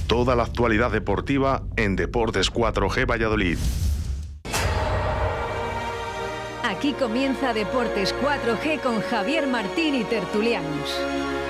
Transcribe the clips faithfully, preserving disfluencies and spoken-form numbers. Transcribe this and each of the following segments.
Toda la actualidad deportiva en Deportes cuatro G Valladolid. Aquí comienza Deportes cuatro G con Javier Martín y tertulianos.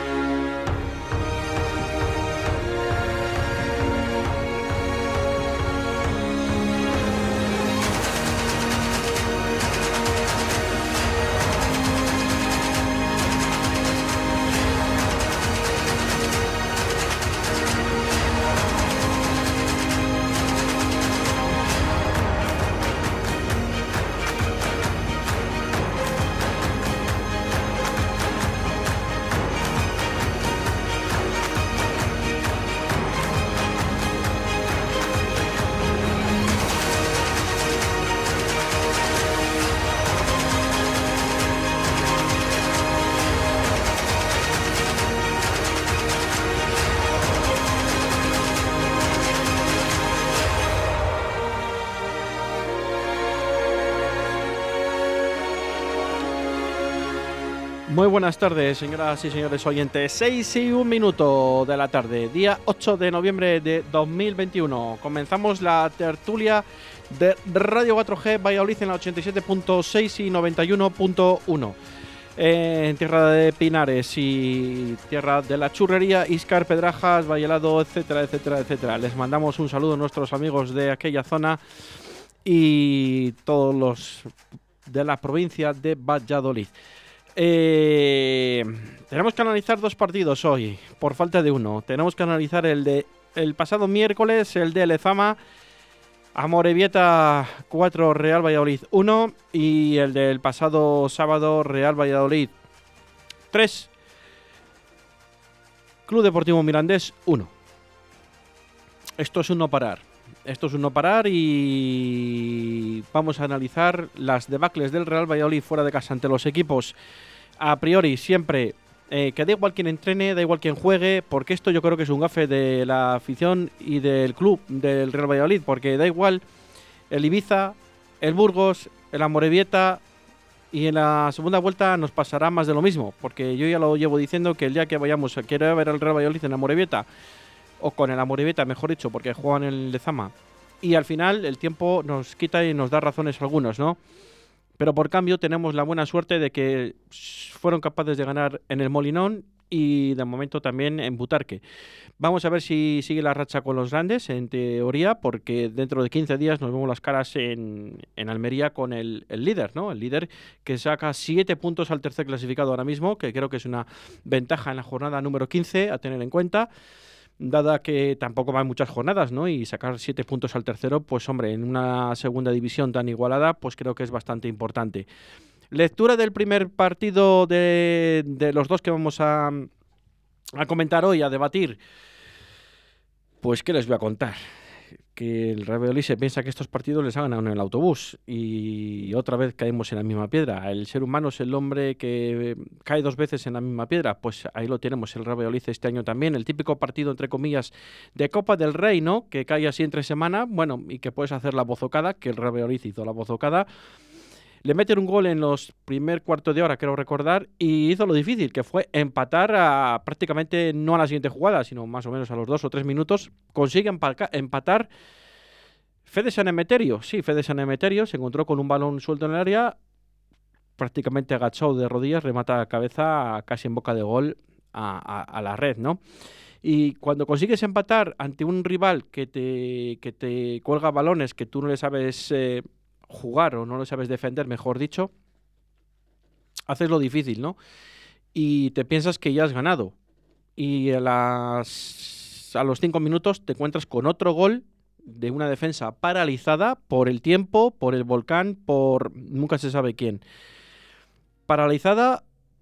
Muy buenas tardes, señoras y señores oyentes. seis y un minuto de la tarde, día ocho de noviembre de dos mil veintiuno. Comenzamos la tertulia de Radio cuatro G Valladolid en la ochenta y siete punto seis y noventa y uno punto uno. En tierra de Pinares y tierra de la Churrería, Íscar, Pedrajas, Vallelado, etcétera, etcétera, etcétera. Les mandamos un saludo a nuestros amigos de aquella zona y todos los de la provincia de Valladolid. Eh, tenemos que analizar dos partidos hoy, por falta de uno. Tenemos que analizar el de el pasado miércoles, el de Lezama, Amorebieta cuatro, Real Valladolid uno, y el del pasado sábado, Real Valladolid tres, Club Deportivo Mirandés uno. Esto es un no parar. Esto es un no parar y vamos a analizar las debacles del Real Valladolid fuera de casa ante los equipos. A priori siempre eh, que da igual quien entrene, da igual quien juegue, porque esto yo creo que es un gafe de la afición y del club del Real Valladolid, porque da igual el Ibiza, el Burgos, el Amorebieta, y en la segunda vuelta nos pasará más de lo mismo, porque yo ya lo llevo diciendo que el día que vayamos a querer ver al Real Valladolid en Amorebieta, o con el Amorebieta, mejor dicho, porque juegan en el Lezama, y al final el tiempo nos quita y nos da razones algunos, ¿no? Pero por cambio tenemos la buena suerte de que fueron capaces de ganar en el Molinón y de momento también en Butarque. Vamos a ver si sigue la racha con los grandes, en teoría, porque dentro de quince días nos vemos las caras en, en Almería con el, el líder, ¿no? El líder que saca siete puntos al tercer clasificado ahora mismo, que creo que es una ventaja en la jornada número quince a tener en cuenta, dada que tampoco van muchas jornadas, ¿no? Y sacar siete puntos al tercero, pues hombre, en una segunda división tan igualada, pues creo que es bastante importante. Lectura del primer partido de, de los dos que vamos a, a comentar hoy, a debatir. Pues, ¿qué les voy a contar? Que el Real Valladolid se piensa que estos partidos les hagan en el autobús y otra vez caemos en la misma piedra. El ser humano es el hombre que cae dos veces en la misma piedra. Pues ahí lo tenemos el Real Valladolid este año también. El típico partido, entre comillas, de Copa del Rey, ¿no? Que cae así entre semana, bueno, y que puedes hacer la bozocada, que el Real Valladolid hizo la bozocada. Le meten un gol en los primer cuarto de hora, creo recordar, y hizo lo difícil, que fue empatar a, prácticamente no a la siguiente jugada, sino más o menos a los dos o tres minutos. Consigue empaca, empatar Fede San Emeterio. Sí, Fede San Emeterio se encontró con un balón suelto en el área, prácticamente agachado de rodillas, remata a cabeza casi en boca de gol a, a, a la red, ¿no? Y cuando consigues empatar ante un rival que te, que te cuelga balones que tú no le sabes eh, jugar o no lo sabes defender, mejor dicho, haces lo difícil, ¿no? Y te piensas que ya has ganado. Y a, las, a los cinco minutos te encuentras con otro gol de una defensa paralizada por el tiempo, por el volcán, por nunca se sabe quién. Paralizada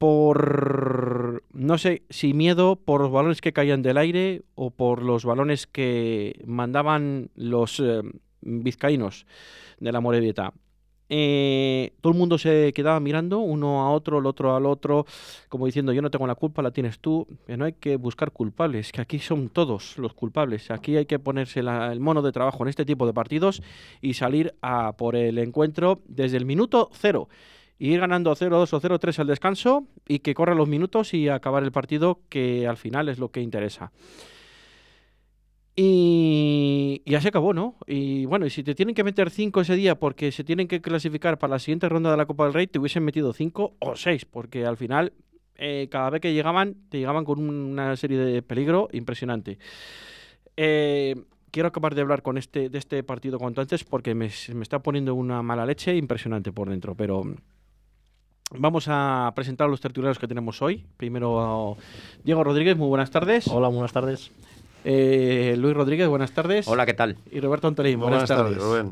por, no sé si miedo, por los balones que caían del aire o por los balones que mandaban los eh, vizcaínos de la Amorebieta. Eh, todo el mundo se quedaba mirando uno a otro, el otro al otro, como diciendo yo no tengo la culpa, la tienes tú. Que no hay que buscar culpables, que aquí son todos los culpables. Aquí hay que ponerse la, el mono de trabajo en este tipo de partidos y salir a por el encuentro desde el minuto cero. Y ir ganando cero dos o cero tres al descanso y que corran los minutos y acabar el partido, que al final es lo que interesa. Y ya se acabó, ¿no? Y bueno, y si te tienen que meter cinco ese día porque se tienen que clasificar para la siguiente ronda de la Copa del Rey, te hubiesen metido cinco o seis, porque al final, eh, cada vez que llegaban, te llegaban con una serie de peligro impresionante. Eh, quiero acabar de hablar con este, de este partido cuanto antes porque me, me está poniendo una mala leche impresionante por dentro, pero vamos a presentar a los tertulianos que tenemos hoy. Primero, Diego Rodríguez, muy buenas tardes. Hola, buenas tardes. Eh, Luis Rodríguez, buenas tardes. Hola, ¿qué tal? Y Roberto Antolín, buenas, buenas tardes. tardes, Rubén.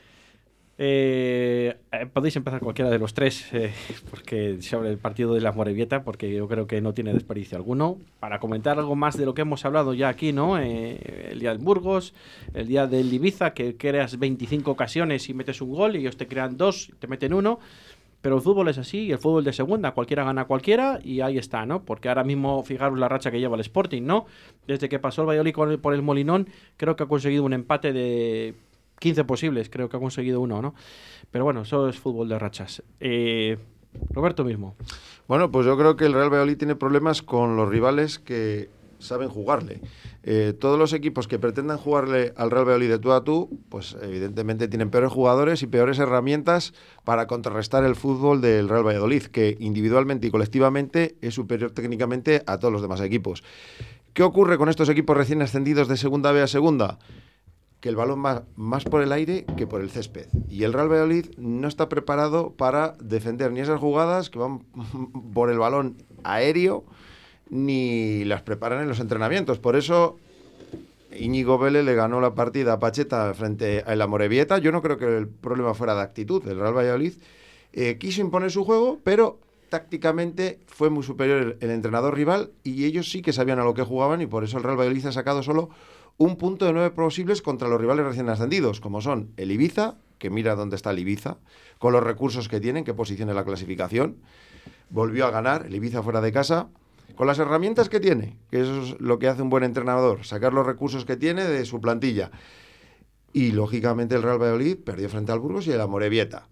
Eh, eh, podéis empezar cualquiera de los tres, eh, porque sobre el partido de la Amorebieta, porque yo creo que no tiene desperdicio alguno. Para comentar algo más de lo que hemos hablado ya aquí, ¿no? Eh, el día del Burgos, el día del Ibiza, que creas veinticinco ocasiones y metes un gol, y ellos te crean dos y te meten uno. Pero el fútbol es así, y el fútbol de segunda, cualquiera gana a cualquiera, y ahí está, ¿no? Porque ahora mismo, fijaros la racha que lleva el Sporting, ¿no? Desde que pasó el Valladolid con el, por el Molinón, creo que ha conseguido un empate de quince posibles, creo que ha conseguido uno, ¿no? Pero bueno, eso es fútbol de rachas. Eh, Roberto mismo. Bueno, pues yo creo que el Real Valladolid tiene problemas con los rivales que saben jugarle. Eh, todos los equipos que pretendan jugarle al Real Valladolid de tú a tú, pues evidentemente tienen peores jugadores y peores herramientas para contrarrestar el fútbol del Real Valladolid, que individualmente y colectivamente es superior técnicamente a todos los demás equipos. ¿Qué ocurre con estos equipos recién ascendidos de segunda B a segunda? Que el balón va más por el aire que por el césped. Y el Real Valladolid no está preparado para defender ni esas jugadas que van por el balón aéreo, ni las preparan en los entrenamientos. Por eso Íñigo Vélez le ganó la partida a Pacheta frente a la Amorebieta. Yo no creo que el problema fuera de actitud. El Real Valladolid eh, quiso imponer su juego, pero tácticamente fue muy superior el, el entrenador rival, y ellos sí que sabían a lo que jugaban, y por eso el Real Valladolid ha sacado solo un punto de nueve posibles contra los rivales recién ascendidos, como son el Ibiza, que mira dónde está el Ibiza, con los recursos que tienen, qué posición en la clasificación. Volvió a ganar el Ibiza fuera de casa, con las herramientas que tiene, que eso es lo que hace un buen entrenador, sacar los recursos que tiene de su plantilla. Y lógicamente el Real Valladolid perdió frente al Burgos y el Amorebieta.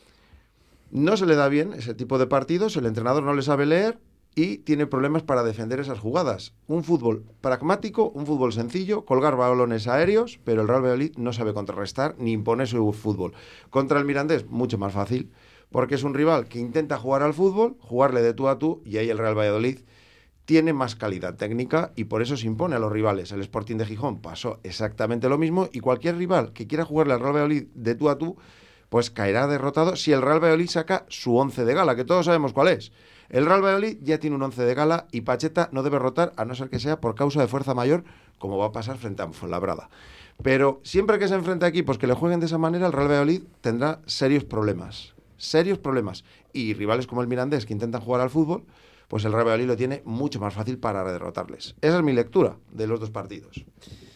No se le da bien ese tipo de partidos, el entrenador no le sabe leer y tiene problemas para defender esas jugadas. Un fútbol pragmático, un fútbol sencillo, colgar balones aéreos, pero el Real Valladolid no sabe contrarrestar ni imponer su fútbol. Contra el Mirandés, mucho más fácil, porque es un rival que intenta jugar al fútbol, jugarle de tú a tú, y ahí el Real Valladolid tiene más calidad técnica y por eso se impone a los rivales. El Sporting de Gijón pasó exactamente lo mismo, y cualquier rival que quiera jugarle al Real Valladolid de tú a tú, pues caerá derrotado si el Real Valladolid saca su once de gala, que todos sabemos cuál es. El Real Valladolid ya tiene un once de gala y Pacheta no debe rotar, a no ser que sea por causa de fuerza mayor, como va a pasar frente a Fuenlabrada. Pero siempre que se enfrenta a equipos que le jueguen de esa manera, el Real Valladolid tendrá serios problemas. Serios problemas. Y rivales como el Mirandés, que intentan jugar al fútbol, pues el Real Valladolid lo tiene mucho más fácil para derrotarles. Esa es mi lectura de los dos partidos.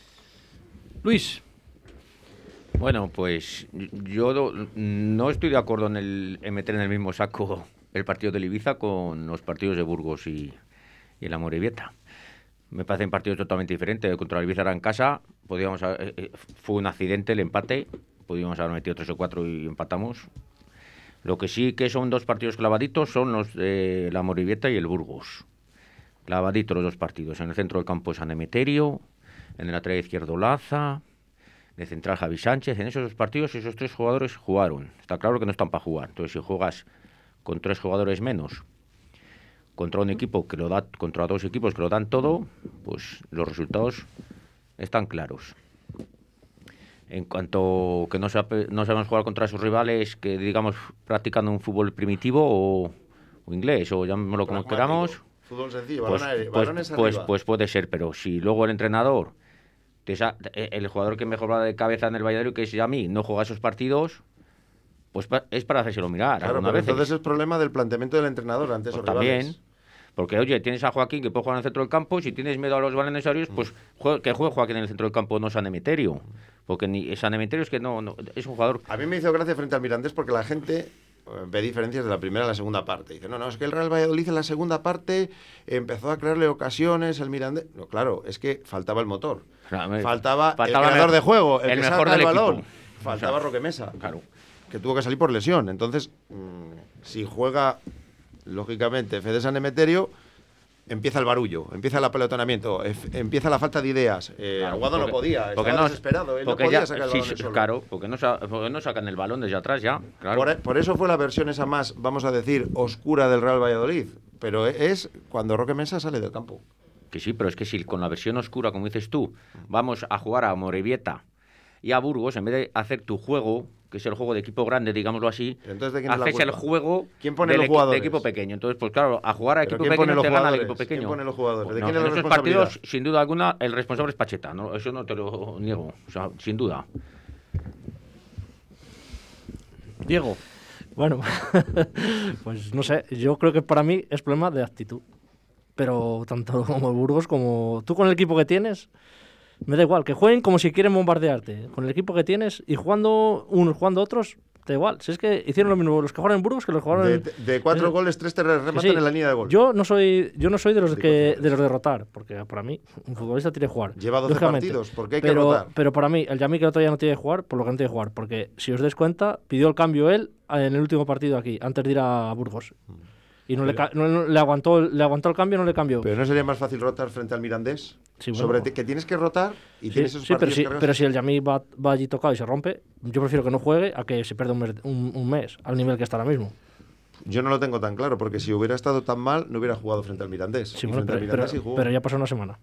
Luis. Bueno, pues yo no estoy de acuerdo en, el, en meter en el mismo saco el partido del Ibiza con los partidos de Burgos y, y el Amorebieta. Me parecen partidos totalmente diferentes. Contra el Ibiza era en casa, podíamos haber, eh, fue un accidente el empate, podíamos haber metido tres o cuatro y empatamos. Lo que sí que son dos partidos clavaditos son los de la Amorebieta y el Burgos. Clavaditos los dos partidos. En el centro del campo San Emeterio, en el lateral izquierdo Laza, de central Javi Sánchez. En esos dos partidos esos tres jugadores jugaron. Está claro que no están para jugar. Entonces, si juegas con tres jugadores menos contra un equipo que lo da, contra dos equipos que lo dan todo, pues los resultados están claros. En cuanto que no, sabe, no sabemos jugar contra esos rivales que, digamos, practicando un fútbol primitivo o, o inglés, o llamémoslo como queramos, Fútbol sencillo, pues, balones, pues, balones pues, arriba. pues puede ser, pero si luego el entrenador, te sa- el jugador que mejor va de cabeza en el Valladolid, que es Yami, no juega esos partidos, pues pa- es para hacérselo mirar. Claro, algunas pero veces. entonces es problema del planteamiento del entrenador ante esos Pues también, rivales. porque oye, tienes a Joaquín que puede jugar en el centro del campo, si tienes miedo a los balones aéreos, pues juegue, que juegue Joaquín en el centro del campo, no San Emeterio, porque ni San Emeterio es que no, no es un jugador. A mí me hizo gracia frente al Mirandés porque la gente eh, ve diferencias de la primera a la segunda parte. Dice, no, no, es que el Real Valladolid en la segunda parte empezó a crearle ocasiones al Mirandés. No, claro, es que faltaba el motor. Claro, Faltaba, faltaba el creador me- de juego, el, el que mejor saca del el balón. equipo. Faltaba O sea, Roque Mesa, claro. que tuvo que salir por lesión. Entonces, mmm, si juega, lógicamente, Fede San Emeterio, empieza el barullo, empieza el apelotonamiento, ef- empieza la falta de ideas. Eh, Claro, Aguado no porque- podía, porque estaba no- desesperado, él no porque podía ya- sacar el sí, balón él sí, solo. Claro, porque no, sa- porque no sacan el balón desde atrás ya. Claro. Por, por eso fue la versión esa más, vamos a decir, oscura del Real Valladolid. Pero es cuando Roque Mesa sale del campo. Que sí, pero es que si con la versión oscura, como dices tú, vamos a jugar a Amorebieta y a Burgos, en vez de hacer tu juego, que es el juego de equipo grande, digámoslo así, Entonces, ¿de quién es la haces el culpa? juego ¿Quién pone del los equi- jugadores? de equipo pequeño. Entonces, pues claro, a jugar a ¿Pero equipo quién pone pequeño los te gana el jugadores? equipo pequeño. ¿Quién pone los jugadores? Pues ¿De no, quién es en la esos responsabilidad? partidos, sin duda alguna, el responsable es Pacheta, ¿no? Eso no te lo niego, o sea, sin duda. Diego. Bueno, pues no sé, yo creo que para mí es problema de actitud. Pero tanto como el Burgos como tú con el equipo que tienes, me da igual, que jueguen como si quieren bombardearte. Con el equipo que tienes y jugando unos, jugando otros, da igual. Si es que hicieron lo mismo los que jugaron en Burgos que los que jugaron De, en... de cuatro Eh, goles, tres te rematan sí, sí. en la línea de gol. Yo no soy, yo no soy de los De que cuatro de los de rotar, porque para mí un futbolista tiene que jugar. Lleva doce lógicamente. partidos, ¿por qué hay que pero, rotar? Pero para mí, el Yamik el otro día no tiene que jugar, por lo que no tiene que jugar. Porque si os dais cuenta, pidió el cambio él en el último partido aquí, antes de ir a Burgos. Y no, le, ca- no- no- le aguantó le aguantó el cambio, no le cambió. ¿Pero no sería más fácil rotar frente al Mirandés? Sí, bueno. Sobre ti- que tienes que rotar y Sí, tienes esos sí, pero, partidos si, cargados. pero si el Yamik va, va allí tocado y se rompe, yo prefiero que no juegue a que se pierda un mes, un, un mes al nivel que está ahora mismo. Yo no lo tengo tan claro, porque si hubiera estado tan mal, no hubiera jugado frente al Mirandés. Sí, Y bueno, frente pero, al pero, Mirandés sí jugó. pero ya pasó una semana.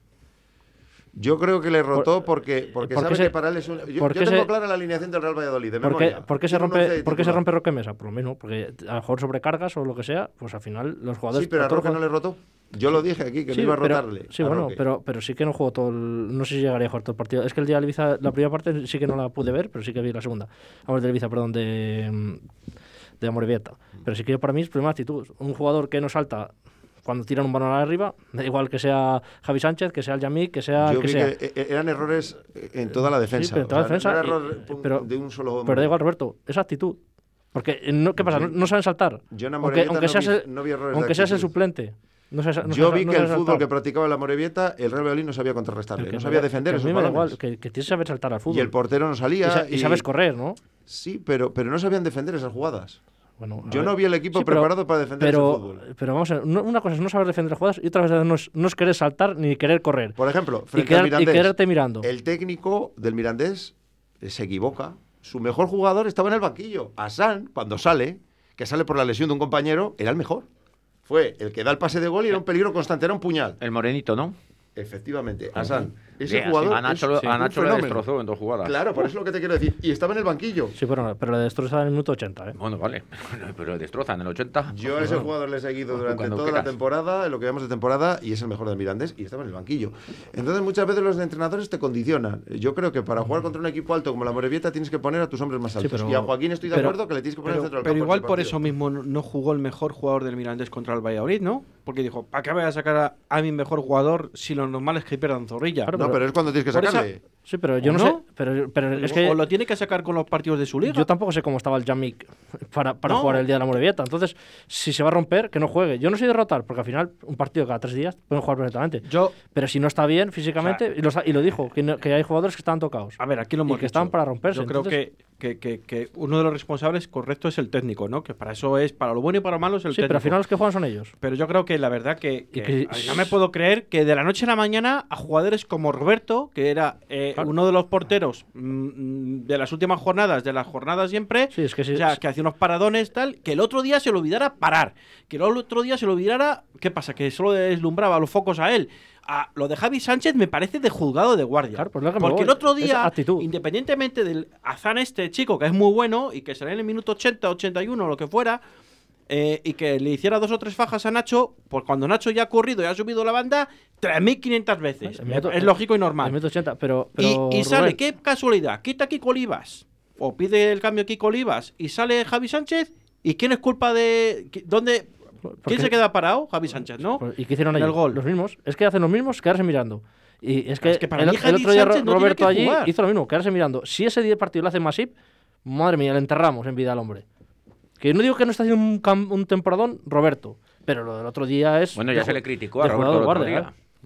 Yo creo que le rotó porque, porque ¿por qué sabe se- que para él es un... Yo, yo por qué tengo se- clara la alineación del Real Valladolid, de ¿Por qué, memoria. por qué se Tiene un once rompe, de por qué se titular. rompe Roque Mesa? Por lo mismo, porque a lo mejor sobrecargas o lo que sea, pues al final los jugadores... Sí, pero a todos Roque no le rotó. Yo lo dije aquí, que Sí, no iba a pero- rotarle. Sí, a bueno, Roque. pero, pero sí que no jugó todo el... No sé si llegaría a jugar todo el partido. Es que el día de Ibiza, la primera parte sí que no la pude ver, pero sí que vi la segunda. Vamos, de Ibiza, perdón, de, de Amorebieta. Pero sí que para mí es problema de actitud. Un jugador que no salta cuando tiran un balón arriba, da igual que sea Javi Sánchez, que sea el Yamik, que sea Yo el que vi sea. que eh, eran errores en toda la defensa. Sí, pero en toda O la sea, defensa. no era y- error pum, pero, de un solo hombre. pero da igual, Roberto, esa actitud. Porque, eh, no, ¿qué pasa? No, no saben saltar. Yo en aunque Amorebieta aunque no seas vi- el, no vi errores de aunque seas el actitud. suplente. No sabes- no Yo sabes- vi no que el sabes fútbol saltar. que practicaba el Amorebieta, el Real Valladolid no sabía contrarrestarle, Que no me sabía da- defender que a esos mí me da balones. igual, que, que tienes que saber saltar al fútbol. Y el portero no salía. Y, sa- y sabes correr, ¿no? Sí, pero, pero no sabían defender esas jugadas. Bueno, a Yo ver. no vi el equipo Sí, pero- preparado para defender pero, ese fútbol. Pero vamos a ver, no- una cosa es no saber defender jugadas y otra cosa no es, no es querer saltar ni querer correr. Por ejemplo, y, frente al quedar- y Mirandés, quedarte mirando. el técnico del Mirandés eh, se equivoca. Su mejor jugador estaba en el banquillo. Asan, cuando sale, que sale por la lesión de un compañero, era el mejor. Fue el que da el pase de gol y era un peligro constante, era un puñal. El morenito, ¿no? Efectivamente, Asan. Ese Bien, jugador a Nacho, es lo- a un Nacho le fenómeno. destrozó en dos jugadas. Claro, por eso es lo que te quiero decir. Y estaba en el banquillo. Sí, bueno, pero le destrozaba en el minuto ochenta, ¿eh? Bueno, vale, pero destroza en el ochenta. Yo a ese jugador le he seguido durante Cuando toda la quieras. temporada, en lo que llamamos de temporada, y es el mejor del Mirandés, y estaba en el banquillo. Entonces, muchas veces los entrenadores te condicionan. Yo creo que para jugar contra un equipo alto como la Morevieta tienes que poner a tus hombres más Sí, altos. pero- y a Joaquín estoy de pero- acuerdo que le tienes que poner Pero, al centro del pero campo igual ese por partido. eso mismo no- no jugó el mejor jugador del Mirandés contra el Valladolid, ¿no? Porque dijo, ¿para qué voy a sacar a, a mi mejor jugador si lo normal es que pierdan Zorrilla? Claro, No, pero es cuando tienes que Por esa- sacarle. Sí, pero yo ¿O no, no? sé. Pero, pero es que O lo tiene que sacar con los partidos de su liga. yo tampoco sé cómo estaba el Yamik para, para No. jugar el día de la Morevieta. Entonces, si se va a romper, que no juegue. Yo no soy de rotar, porque al final, un partido cada tres días pueden jugar perfectamente. Yo, Pero si no está bien físicamente, O sea, y, lo, sa- y lo dijo, que, no- que hay jugadores que estaban tocados. a ver, aquí lo Y hemos que estaban dicho. para romperse, Yo creo entonces- que, que, que, que uno de los responsables correcto es el técnico, ¿no? Que para eso es, para lo bueno y para lo malo es el Sí, técnico. pero al final los que juegan son ellos. Pero yo creo que la verdad que, que- que- no me puedo creer que de la noche a la mañana a jugadores como Roberto, que era eh, Claro. uno de los porteros mm, de las últimas jornadas, de las jornadas siempre, Sí, es que sí. o sea, que hacía unos paradones tal, que el otro día se le olvidara parar, que el otro día se le olvidara, ¿qué pasa? Que solo deslumbraba los focos a él. A lo de Javi Sánchez me parece de juzgado de guardia. Claro, pues lo que me Porque voy. el otro Es día, actitud. independientemente del Azán este chico, que es muy bueno y que sale en el minuto ochenta, ochenta y uno o lo que fuera, eh, y que le hiciera dos o tres fajas a Nacho, pues cuando Nacho ya ha corrido y ha subido la banda tres mil quinientas veces. El minuto- es lógico y El normal. minuto ochenta, pero, Y, pero y sale, Rubén, qué casualidad, quita a Kiko Olivas, o pide el cambio a Kiko Olivas, y sale Javi Sánchez, ¿y quién es culpa de...? qui- ¿Dónde...? porque- ¿Quién se queda parado? Javi Sánchez, ¿no? ¿Y qué hicieron En allí? el gol. Los mismos. Es que hacen los mismos, quedarse mirando. Y es que, Es que para el, mí el Javi otro día Sánchez Ro- no tiene Roberto que allí jugar. hizo lo mismo, quedarse mirando. Si ese día de partido lo hace Masip, madre mía, le enterramos en vida al hombre. Que no digo que no está haciendo un, cam- un temporadón Roberto, pero lo del otro día es... Bueno, de ya se ju- le criticó a de Roberto el jugador otro guardia, día. ¿eh?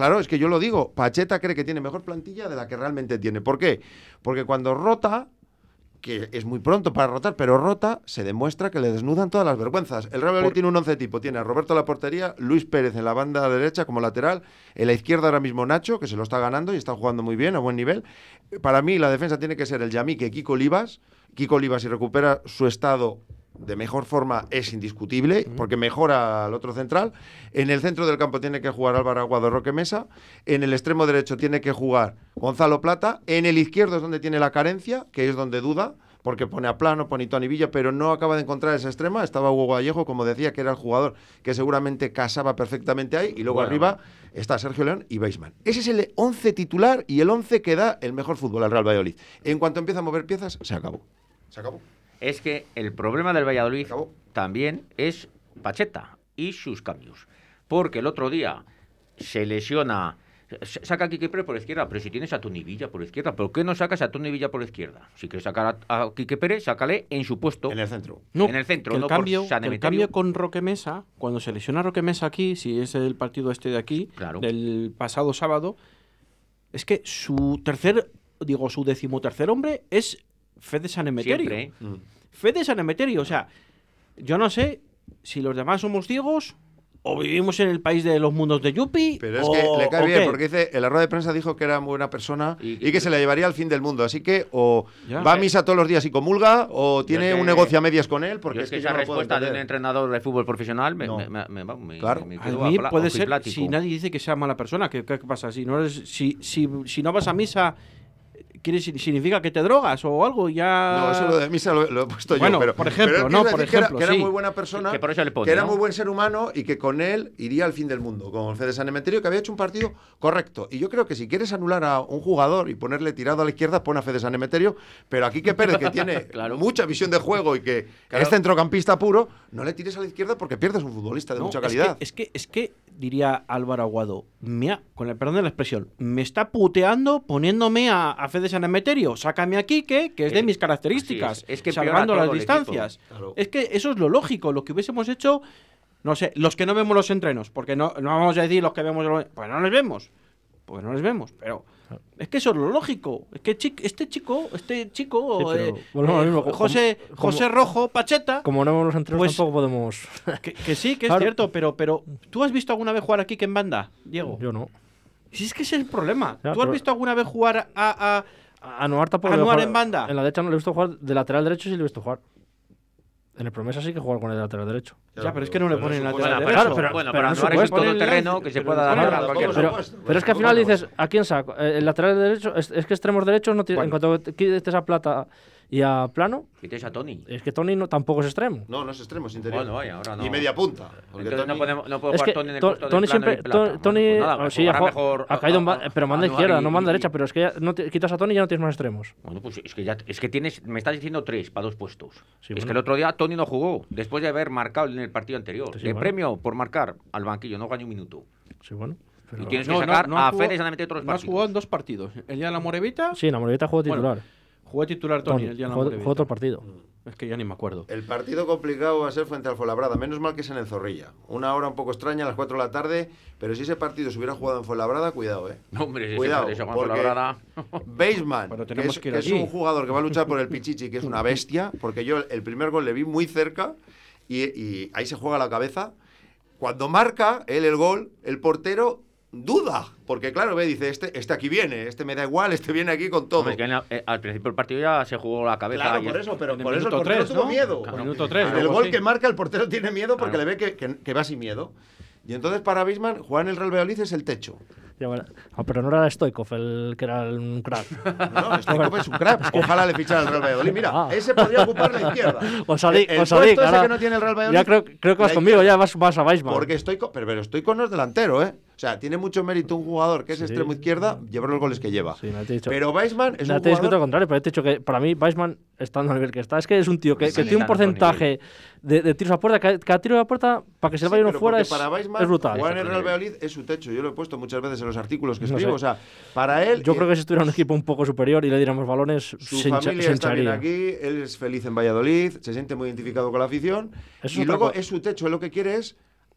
claro, es que yo lo digo. Pacheta cree que tiene mejor plantilla de la que realmente tiene. ¿Por qué? Porque cuando rota, que es muy pronto para rotar, pero rota, se demuestra que le desnudan todas las vergüenzas. El Real Valladolid Por... tiene un once tipo, tiene a Roberto en la portería, Luis Pérez en la banda derecha como lateral, en la izquierda ahora mismo Nacho, que se lo está ganando y está jugando muy bien, a buen nivel. Para mí la defensa tiene que ser el Yamique Kiko Olivas. Kiko Olivas, si recupera su estado de mejor forma, es indiscutible, uh-huh. porque mejora al otro central. En el centro del campo tiene que jugar Álvaro Aguado, Roque Mesa. En el extremo derecho tiene que jugar Gonzalo Plata. En el izquierdo es donde tiene la carencia, que es donde duda, porque pone a Plano, pone a Tony Villa, pero no acaba de encontrar esa extrema. Estaba Hugo Vallejo, como decía, que era el jugador que seguramente casaba perfectamente ahí. Y luego bueno, arriba bueno. está Sergio León y Baseman. Ese es el once titular y el once que da el mejor fútbol al Real Valladolid. En cuanto empieza a mover piezas, se acabó. Se acabó. Es que el problema del Valladolid también es Pacheta y sus cambios. Porque el otro día se lesiona, saca a Quique Pérez por izquierda, pero si tienes a Tony Villa por izquierda, ¿por qué no sacas a Tony Villa por izquierda? Si quieres sacar a, a Quique Pérez, sácale en su puesto. En el centro. No, en el centro, el no cambio, por San el cambio con Roque Mesa, cuando se lesiona Roque Mesa aquí, si es el partido este de aquí, claro. del pasado sábado, es que su tercer, digo, su decimotercer hombre es Fede San Emeterio. Siempre. Mm. Fede San Emeterio, o sea, yo no sé si los demás somos ciegos o vivimos en el país de los mundos de Yupi. Pero es o, que le cae bien, qué. porque dice, en la rueda de prensa dijo que era muy buena persona y, y que se la llevaría al fin del mundo. Así que o ya. va a misa todos los días y comulga, o tiene es que, un negocio a medias con él, porque es, es que, que esa yo no respuesta puedo de un entrenador de fútbol profesional me, no. me, me, me, me, claro. me A quedo mí a, puede a ser, plático. si nadie dice que sea mala persona, ¿qué, qué pasa? Si no, eres, si, si, si no vas a misa... ¿Quiere, significa que te drogas o algo? Ya... No, eso lo de misa lo, lo he puesto bueno, yo. Pero, por ejemplo, pero no, por ejemplo, que era, que era sí. muy buena persona, que, que, por eso le pone, que era ¿no? muy buen ser humano y que con él iría al fin del mundo, con Fede San Emeterio, que había hecho un partido correcto. Y yo creo que si quieres anular a un jugador y ponerle tirado a la izquierda, pon a Fede San Emeterio, pero aquí que Pérez, que tiene claro. mucha visión de juego y que claro. es centrocampista puro, no le tires a la izquierda porque pierdes un futbolista de no, mucha calidad. Es que, es que, es que diría Álvaro Aguado, mía, con el perdón de la expresión, me está puteando poniéndome a, a Fede San Emeterio, sácame a Quique, que es de Eh, mis características, es. Es que salvando las el distancias. Claro. Es que eso es lo lógico, lo que hubiésemos hecho, no sé, los que no vemos los entrenos, porque no, no vamos a decir los que vemos, los, pues no les vemos, pues no les vemos, pero es que eso es lo lógico, es que chi, este chico, este chico, sí, eh, bueno, eh, mismo, José, como, José Rojo Pacheta, como no vemos los entrenos pues, tampoco podemos... que, que sí, que es claro. cierto, pero, pero ¿tú has visto alguna vez jugar a Quique en banda, Diego? Yo no. Si es que ese es el problema, Ya, ¿tú has pero... visto alguna vez jugar a... a A Anuar tampoco. Anuar jugar, en banda. En la derecha no le he visto jugar. De lateral derecho sí le he visto jugar. En el Promesa sí que juega con el lateral derecho. Ya, ya pero es que no le ponen pero lateral bueno, derecho. pero, pero- bueno, pero para no Anuar se es puede todo poner terreno lance, que se pero- pueda dar bueno, a pero- cualquier pero- Pero, supuesto, pero es que al por final supuesto. dices, ¿a quién saco? Eh, El lateral derecho, es, es que extremos derechos no tiene. Bueno. En cuanto quites a Plata y a Plano, Quites a Tony. es que Tony no, tampoco es extremo. No, no es extremo, es interior. Bueno, vaya, ahora no. Y media punta. Porque Entonces no Tony- podemos no puede Es jugar que Tony en el To- puesto de Tony Plano siempre. y Plata. To- Bueno, Tony pues nada, oh, sí, jugará ha, mejor ha caído en a- ba- a- pero manda a izquierda, Anuar no y- manda y- derecha, pero es que ya no te- quitas a Tony y ya no tienes más extremos. Bueno, pues es que ya es que tienes me estás diciendo tres para dos puestos. Sí, es bueno. que el otro día Tony no jugó después de haber marcado en el partido anterior. Sí, Le bueno. premio por marcar al banquillo, no ganó un minuto. Sí, bueno. Pero... Y tienes que No, sacar no, no a jugó- Fede San Emeterio otros No has partidos. jugado en dos partidos. El día de la Morevita, Sí, en la Morevita jugó titular. Bueno, jugó titular Tony, Tony, el día de la jugó, Morevita. jugó otro partido. Es que ya ni me acuerdo. El partido complicado va a ser frente al Fuenlabrada. Menos mal que es en el Zorrilla. Una hora un poco extraña, a las cuatro de la tarde. Pero si ese partido se hubiera jugado en Fuenlabrada, cuidado, ¿eh? No, hombre, si Cuidado, ese Juan porque Fuenlabrada- Baseman, Pero que, tenemos es, que ir que es allí. un jugador que va a luchar por el Pichichi, que es una bestia, porque yo el primer gol le vi muy cerca y, y ahí se juega la cabeza. Cuando marca él el gol, el portero duda, porque claro, ve, dice, este, este aquí viene, este me da igual, este viene aquí con todo. Hombre, es que en la- eh, al principio del partido ya se jugó la cabeza. Claro, y por el- eso, pero en el por eso el minuto portero tres, tuvo ¿no? miedo. Claro. Minuto tres, En el algo gol así. que marca el portero tiene miedo porque Claro. le ve que, que- que va sin miedo. Y entonces para Baseman, jugar en el Real Valladolid es el techo. Ya, bueno. Ah, pero no era Stoikov el que era un crack. No, Stoikov es un crack. Ojalá le fichara el Real Valladolid. Mira, Ah. ese podría ocupar la izquierda. Os ha di- el os ha puesto di, ese ahora- que no tiene el Real Valladolid. Ya creo, creo que vas la conmigo, izquierda. ya vas, vas a Weisman. Porque Stoikov, pero, pero Stoikov no es delantero, ¿eh? O sea, tiene mucho mérito un jugador que es Sí. extremo izquierda llevar los goles que lleva. Sí, no te he dicho. Pero Weisman es Ya un te he discutido jugador... lo contrario, pero te he dicho que para mí Weisman, estando al nivel que está, es que es un tío que, Sí, que tiene un está en otro porcentaje de, de tiros a puerta, que cada tiro a puerta, para que se le Sí, vaya uno pero fuera, porque es, para Weisman, es brutal. jugar en el Es Real otro Valladolid es su techo. Yo lo he puesto muchas veces en los artículos que No escribo. sé. O sea, para él... Yo eh, creo que si estuviera un equipo un poco superior y le diéramos balones, Su se, hincha- familia se está bien hincharía. aquí, él es feliz en Valladolid, se siente muy identificado con la afición Eso es y otra luego co- es su techo, él lo que quiere es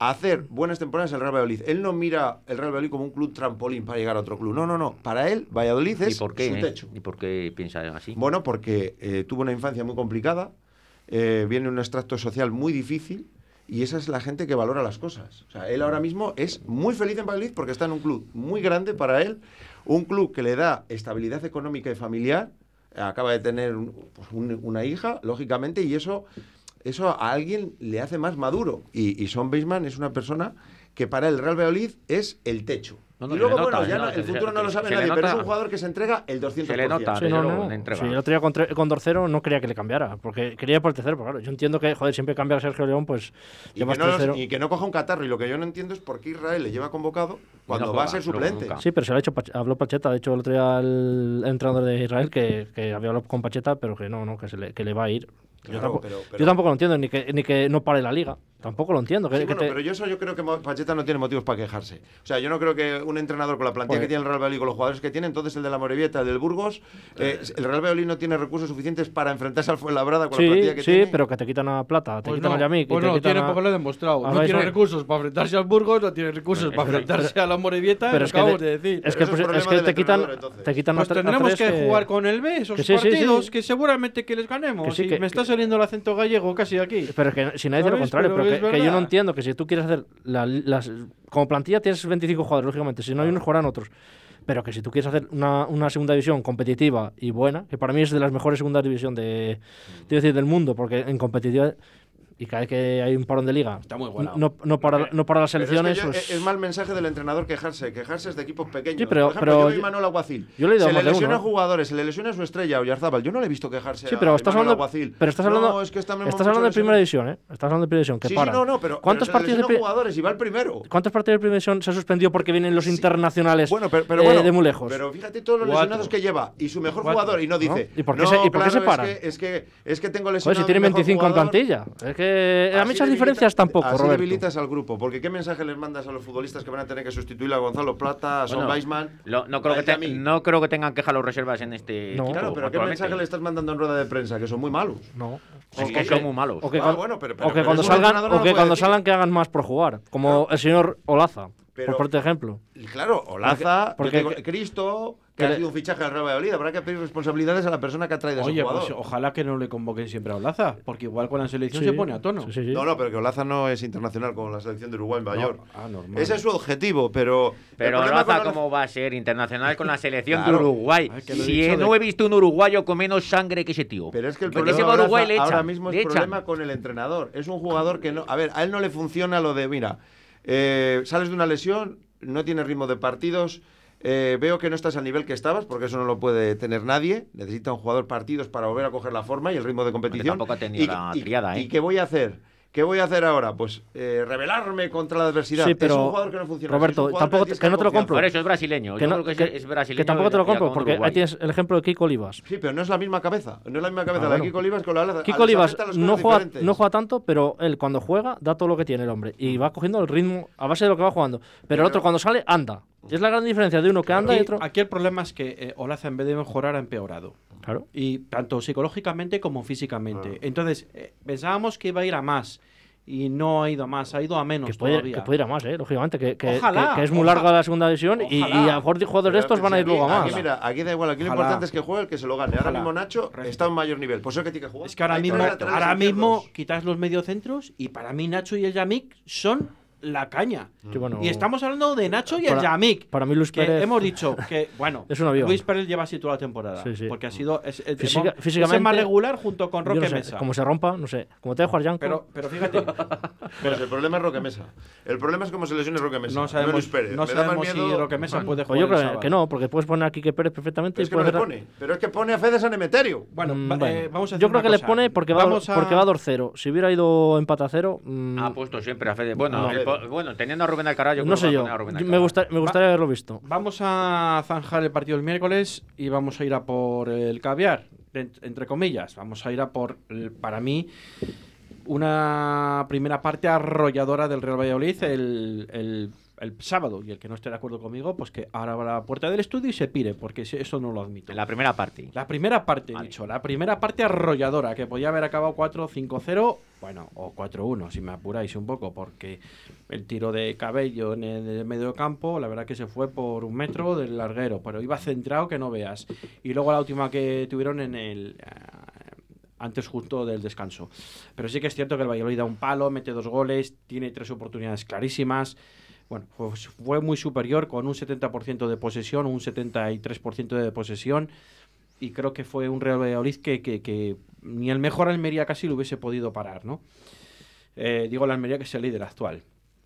a hacer buenas temporadas en el Real Valladolid. Él no mira el Real Valladolid como un club trampolín para llegar a otro club. No, no, no. Para él, Valladolid es ¿Y por qué, su eh? techo. ¿Y por qué piensa así? Bueno, porque eh, tuvo una infancia muy complicada, eh, viene de un extracto social muy difícil y esa es la gente que valora las cosas. O sea, él ahora mismo es muy feliz en Valladolid porque está en un club muy grande para él, un club que le da estabilidad económica y familiar, acaba de tener un, pues un, una hija, lógicamente, y eso, eso a alguien le hace más maduro. Y, y Son Beisman es una persona que para el Real Valladolid es el techo. No, no, y luego, se le nota, bueno, ya se no, nota, el futuro se- no lo sabe se le nadie, pero es nota. un jugador que se entrega el doscientos por ciento. Se le nota. Sí, no, Pero no. le entrega. Sí, el otro día con, tre- con Dorcero no quería que le cambiara, porque quería ir por el tercero. Pero claro, yo entiendo que, joder, siempre cambia a Sergio León, pues Y llevas que, no los- tercero. y que no coja un catarro. Y lo que yo no entiendo es por qué Israel le lleva convocado cuando no va a juega, ser luego suplente. nunca. Sí, pero se lo ha hecho, Pach- habló Pacheta. De hecho, el otro día el entrenador de Israel que, que había hablado con Pacheta, pero que no, no, que, se le, que le va a ir. Yo, Claro, tampoco, pero- pero- yo tampoco lo entiendo, ni que, ni que no pare la liga. Tampoco lo entiendo. Que, Sí, que bueno, te- pero yo eso yo creo que Mo- Pacheta no tiene motivos para quejarse. O sea, yo no creo que un entrenador con la plantilla Joder. que tiene el Real Valladolid, con los jugadores que tiene, entonces el de la Morevieta, el del Burgos, eh, el Real Valladolid no tiene recursos suficientes para enfrentarse al Fuenlabrada con la Sí, plantilla que sí, tiene. pero que te quitan a Plata, te Pues quitan no, a Yamik. pues y te no, quitan tiene a- porque lo he demostrado. a No tiene Weissman. recursos para enfrentarse al Burgos, no tiene recursos para enfrentarse a la Morevieta, Pero lo es que, acabamos de- de decir. es Pero que, eso es pues, es problema que del te quitan, entrenador, entonces. te quitan Pues a tre- a tendremos tres que jugar con el B esos que sí, sí, sí. partidos, que seguramente que les ganemos. Que sí, y que- me está saliendo el acento gallego casi aquí. Pero es que si nadie dice lo ¿Sabes? contrario, Pero pero, es que, que yo no verdad. entiendo que si tú quieres hacer la- las. Como plantilla tienes veinticinco jugadores, lógicamente. Si no hay unos, jugarán otros. Pero que si tú quieres hacer una, una segunda división competitiva y buena, que para mí es de las mejores segundas división de, te iba a decir, del mundo, porque en competitividad. Y cada vez que hay un parón de liga, Está muy igualado. no, no, para, no para las Pero es que selecciones. yo- pues- es mal mensaje del entrenador quejarse. Quejarse es de equipos pequeños. Sí, pero- Por ejemplo, pero yo vi yo- Manuel Aguacil. yo le he dado se le más de uno, lesiona ¿eh? jugadores, se le lesiona su estrella, Oyarzábal. Yo no le he visto quejarse Sí, pero a estás Manuel hablando, Aguacil. pero estás hablando, No, es que está estás hablando de primera división, ¿eh? Estás hablando de primera división, que Sí, para. sí, no, no, pero. ¿Cuántos pero se le partidos de lesionan pri- jugadores y va el primero? ¿Cuántos partidos de primera división se ha suspendido porque vienen los internacionales Bueno, pero, pero eh, bueno, de muy lejos? Pero fíjate todos los Cuatro. lesionados que lleva y su mejor Cuatro. jugador y no dice. ¿No? ¿Y por qué "No, se- y por qué se claro, paran? Es que, es que, es que tengo Joder, lesionado. si tienen mi mejor veinticinco en jugador". plantilla. Es que a mí Así esas debilita- diferencias tampoco, así Roberto. debilitas al grupo, porque ¿qué mensaje les mandas a los futbolistas que van a tener que sustituir a Gonzalo Plata, a Son Bueno, Weissman? lo- no, creo a que te- Yamik? no creo que tengan quejas los reservas en este No. equipo. Claro, pero ¿qué actualmente. mensaje le estás mandando en rueda de prensa? Que son muy malos. No. Es que son muy malos. O que, Ah, cuan- bueno, pero- pero- o que pero cuando es un salgan, entrenador, no o lo que puede cuando decir. salgan que hagan más por jugar, como el señor Olaza, Pero- por ponerte ejemplo. Y claro, Olaza, Porque- yo porque- digo, Cristo, que que ha le- sido un fichaje al Real Valladolid, habrá que pedir responsabilidades a la persona que ha traído a Oye, ese pues jugador. ojalá que no le convoquen siempre a Olaza, porque igual con la selección Sí. se pone a tono. Sí, sí, sí. No, no, pero que Olaza no es internacional con la selección de Uruguay en Mayor. Ah, normal. Ese es su objetivo, pero. el Pero problema Olaza, con Olaza- ¿cómo va a ser internacional con la selección Claro. de Uruguay? Ay, que lo he Si dicho no de- he visto un uruguayo con menos sangre que ese tío. Pero es que el Porque problema ese va a de Uruguay Olaza le echan, ahora mismo es le el echan. problema con el entrenador. Es un jugador que no. A ver, a él no le funciona lo de, mira, eh, sales de una lesión, no tienes ritmo de partidos. eh, veo que no estás al nivel que estabas, porque eso no lo puede tener nadie. Necesita un jugador partidos para volver a coger la forma y el ritmo de competición. tampoco ha tenido y, la y- triada, ¿eh? ¿Y qué voy a hacer? ¿Qué voy a hacer ahora? Pues eh, rebelarme contra la adversidad. Sí, Es pero, un jugador que no funciona. Roberto, es un jugador tampoco tienes te- que no te lo dar compro. Por eso es brasileño. Que, Yo no- creo que, que- es- es brasileño. que tampoco te lo y acaba compro, con porque ahí Uruguay. tienes el ejemplo de Kiko Olivas. Sí, pero no es la misma cabeza. No es la misma cabeza Ah, la de bueno. Kiko Olivas con la de Kiko Olivas las no cosas juega, diferentes. no juega tanto, pero él cuando juega da todo lo que tiene el hombre. Y va cogiendo el ritmo a base de lo que va jugando. Pero el otro cuando sale, anda. Y es la gran diferencia de uno que anda y Aquí, otro. aquí el problema es que eh, Olaza en vez de mejorar ha empeorado. Claro. Y tanto psicológicamente como físicamente. Entonces, eh, pensábamos que iba a ir a más. Y no ha ido a más, ha ido a menos Que puede, todavía. que puede ir a más, ¿eh? Lógicamente. Que, que, Ojalá, que- que es muy ojalá. larga la segunda división y, y Ojalá. a lo mejor jugadores de estos Pero van a ir aquí- luego a aquí, más. mira, aquí da igual, aquí lo Ojalá. importante es que juegue el que se lo gane. Ahora Ojalá. mismo Nacho Re- está a un mayor nivel, por eso es que tiene que jugar. Es que ahora Hay mismo, tres laterales ahora mismo izquierdos. quitas los mediocentros y para mí Nacho y el Yamik son la caña. Sí, bueno, Y estamos hablando de Nacho y el para- Yamik. para mí Luis que Pérez- hemos dicho que, bueno, Es un avión. Luis Pérez lleva así toda la temporada. Sí, sí. Porque ha sido es, es- Física- hemos- físicamente- es el más regular junto con yo Roque no sé, Mesa. como se rompa, no sé. Como te dejo jugar Yanko. Pero, pero fíjate, Pues el problema es Roque Mesa. El problema es cómo se lesione Roque Mesa. no no sabemos, Luis Pérez. no Me da más sabemos si miedo- Roque Mesa puede Pues jugar yo el creo sábado. que no, porque puedes poner a Quique Pérez perfectamente. Es y que no puedes le hacer- pone. Pero es que pone a Fede San Emeterio. Bueno, Mm, va- bueno. eh, vamos a Yo hacer creo que una le cosa. pone porque va, Vamos a- porque va dos cero. Si hubiera ido empate a cero. mm, Ha puesto siempre a Fede. Bueno, No. el po- bueno teniendo a Rubén Alcaraz, yo no creo sé que va a yo. poner a Rubén Yo- Alcaraz. Me, gusta, me gustaría haberlo visto. Vamos a zanjar el partido el miércoles y vamos a ir a por el caviar, en- entre comillas. Vamos a ir a por, el- para mí, una primera parte arrolladora del Real Valladolid. El, el el sábado, y el que no esté de acuerdo conmigo, pues que ahora va a la puerta del estudio y se pire, porque eso no lo admito. En la primera parte. La primera parte, he Vale. dicho, la primera parte arrolladora, que podía haber acabado cuatro cinco cero, bueno, o cuatro uno, si me apuráis un poco, porque el tiro de Cabello en el medio campo, la verdad que se fue por un metro del larguero, pero iba centrado que no veas. Y luego la última que tuvieron en el... antes justo del descanso. Pero sí que es cierto que el Valladolid da un palo, mete dos goles, tiene tres oportunidades clarísimas. Bueno, pues fue muy superior con un setenta por ciento de posesión, un setenta y tres por ciento de posesión, y creo que fue un Real Valladolid que, que, que ni el mejor Almería casi lo hubiese podido parar, ¿no? Eh, digo la Almería, que es el líder actual.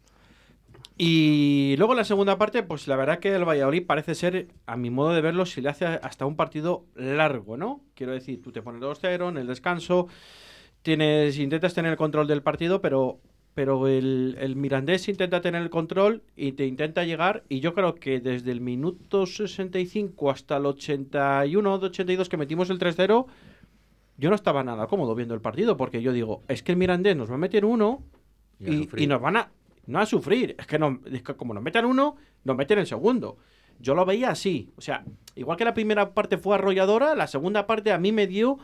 Y luego en la segunda parte, pues la verdad que el Valladolid parece ser, a mi modo de verlo, si le hace hasta un partido largo, ¿no? Quiero decir, tú te pones dos cero en el descanso, tienes, intentas tener el control del partido, pero, pero el, el Mirandés intenta tener el control y te intenta llegar, y yo creo que desde el minuto sesenta y cinco hasta el ochenta y uno, ochenta y dos que metimos el tres cero, yo no estaba nada cómodo viendo el partido, porque yo digo, es que el Mirandés nos va a meter uno Y a y, sufrir. y nos van a... No a sufrir, es que, no, es que como nos metan uno, nos meten el segundo. Yo lo veía así, o sea, igual que la primera parte fue arrolladora, la segunda parte a mí me dio,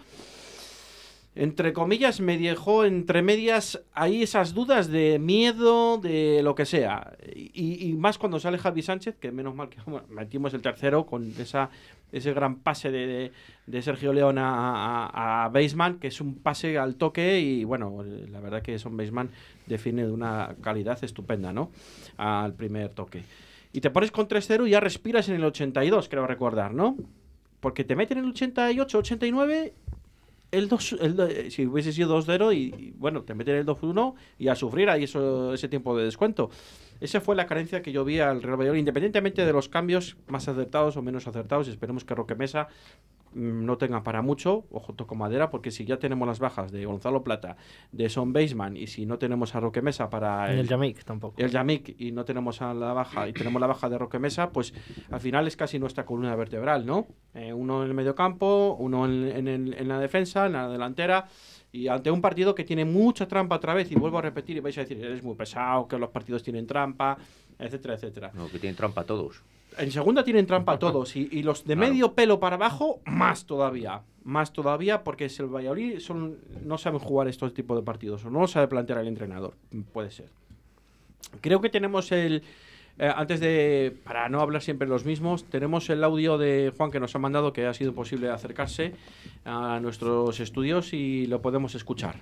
entre comillas, me dejó entre medias ahí esas dudas de miedo, de lo que sea. Y, y más cuando sale Javi Sánchez, que menos mal que bueno, metimos el tercero con esa, ese gran pase de, de, de Sergio León a, a, a Baseman, que es un pase al toque, y bueno, la verdad que Son Baseman define de una calidad estupenda, ¿no? Al primer toque. Y te pones con tres cero y ya respiras en el ochenta y dos, creo recordar, ¿no? Porque te meten en el ochenta y ocho, ochenta y nueve, el dos, el, si hubiese sido dos cero y, y bueno, te meten el dos uno y a sufrir ahí eso, ese tiempo de descuento. Esa fue la carencia que yo vi al Real Valladolid, independientemente de los cambios más acertados o menos acertados. Esperemos que Roque Mesa mmm, no tenga para mucho, ojo toco madera, porque si ya tenemos las bajas de Gonzalo Plata, de Son Baseman, y si no tenemos a Roque Mesa para el, el Yamik tampoco. El Yamik, y no tenemos a la baja, y tenemos la baja de Roque Mesa, pues al final es casi nuestra columna vertebral, ¿no? Eh, uno en el medio campo, uno en, en, el, en la defensa, en la delantera. Y ante un partido que tiene mucha trampa otra vez, y vuelvo a repetir, y vais a decir, eres muy pesado, que los partidos tienen trampa, etcétera, etcétera. No, que tienen trampa todos. En segunda tienen trampa todos, y, y los de Claro. medio pelo para abajo, más todavía. Más todavía, porque si el Valladolid son, no saben jugar estos tipos de partidos, o no lo sabe plantear el entrenador, puede ser. Creo que tenemos el... Eh, antes de, para no hablar siempre los mismos, tenemos el audio de Juan que nos ha mandado, que ha sido posible acercarse a nuestros estudios y lo podemos escuchar.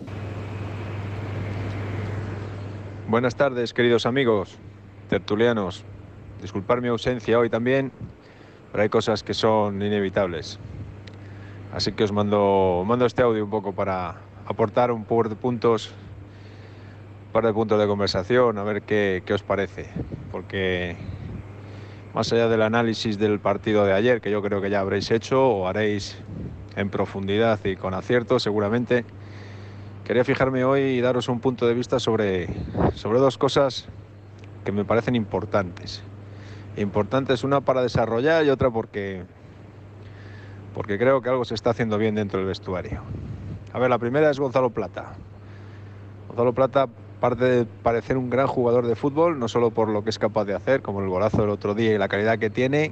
Buenas tardes, queridos amigos tertulianos. Disculpar mi ausencia hoy también, pero hay cosas que son inevitables. Así que os mando, mando este audio un poco para aportar un par de puntos, un par de puntos de conversación, a ver qué, qué os parece. Porque más allá del análisis del partido de ayer, que yo creo que ya habréis hecho o haréis en profundidad y con acierto seguramente, quería fijarme hoy y daros un punto de vista sobre, sobre dos cosas que me parecen importantes. Importantes, una para desarrollar y otra porque, porque creo que algo se está haciendo bien dentro del vestuario. A ver, la primera es Gonzalo Plata. Gonzalo Plata, aparte de parecer un gran jugador de fútbol, no solo por lo que es capaz de hacer, como el golazo del otro día y la calidad que tiene,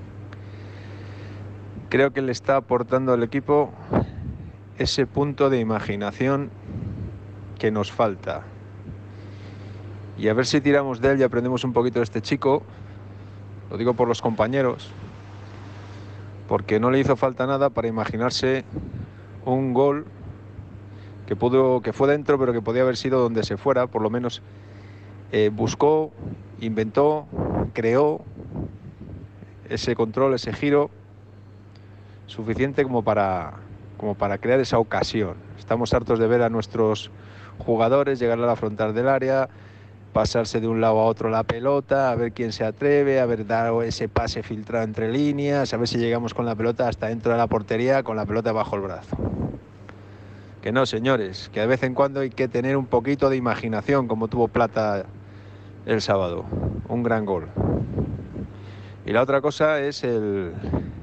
creo que le está aportando al equipo ese punto de imaginación que nos falta. Y a ver si tiramos de él y aprendemos un poquito de este chico. Lo digo por los compañeros, porque no le hizo falta nada para imaginarse un gol que pudo, que fue dentro, pero que podía haber sido donde se fuera. Por lo menos eh, buscó, inventó, creó ese control, ese giro suficiente como para, como para crear esa ocasión. Estamos hartos de ver a nuestros jugadores llegar a la frontal del área, pasarse de un lado a otro la pelota, a ver quién se atreve, a ver dar ese pase filtrado entre líneas, a ver si llegamos con la pelota hasta dentro de la portería con la pelota bajo el brazo. Que no, señores, que de vez en cuando hay que tener un poquito de imaginación, como tuvo Plata el sábado. Un gran gol. Y la otra cosa es el,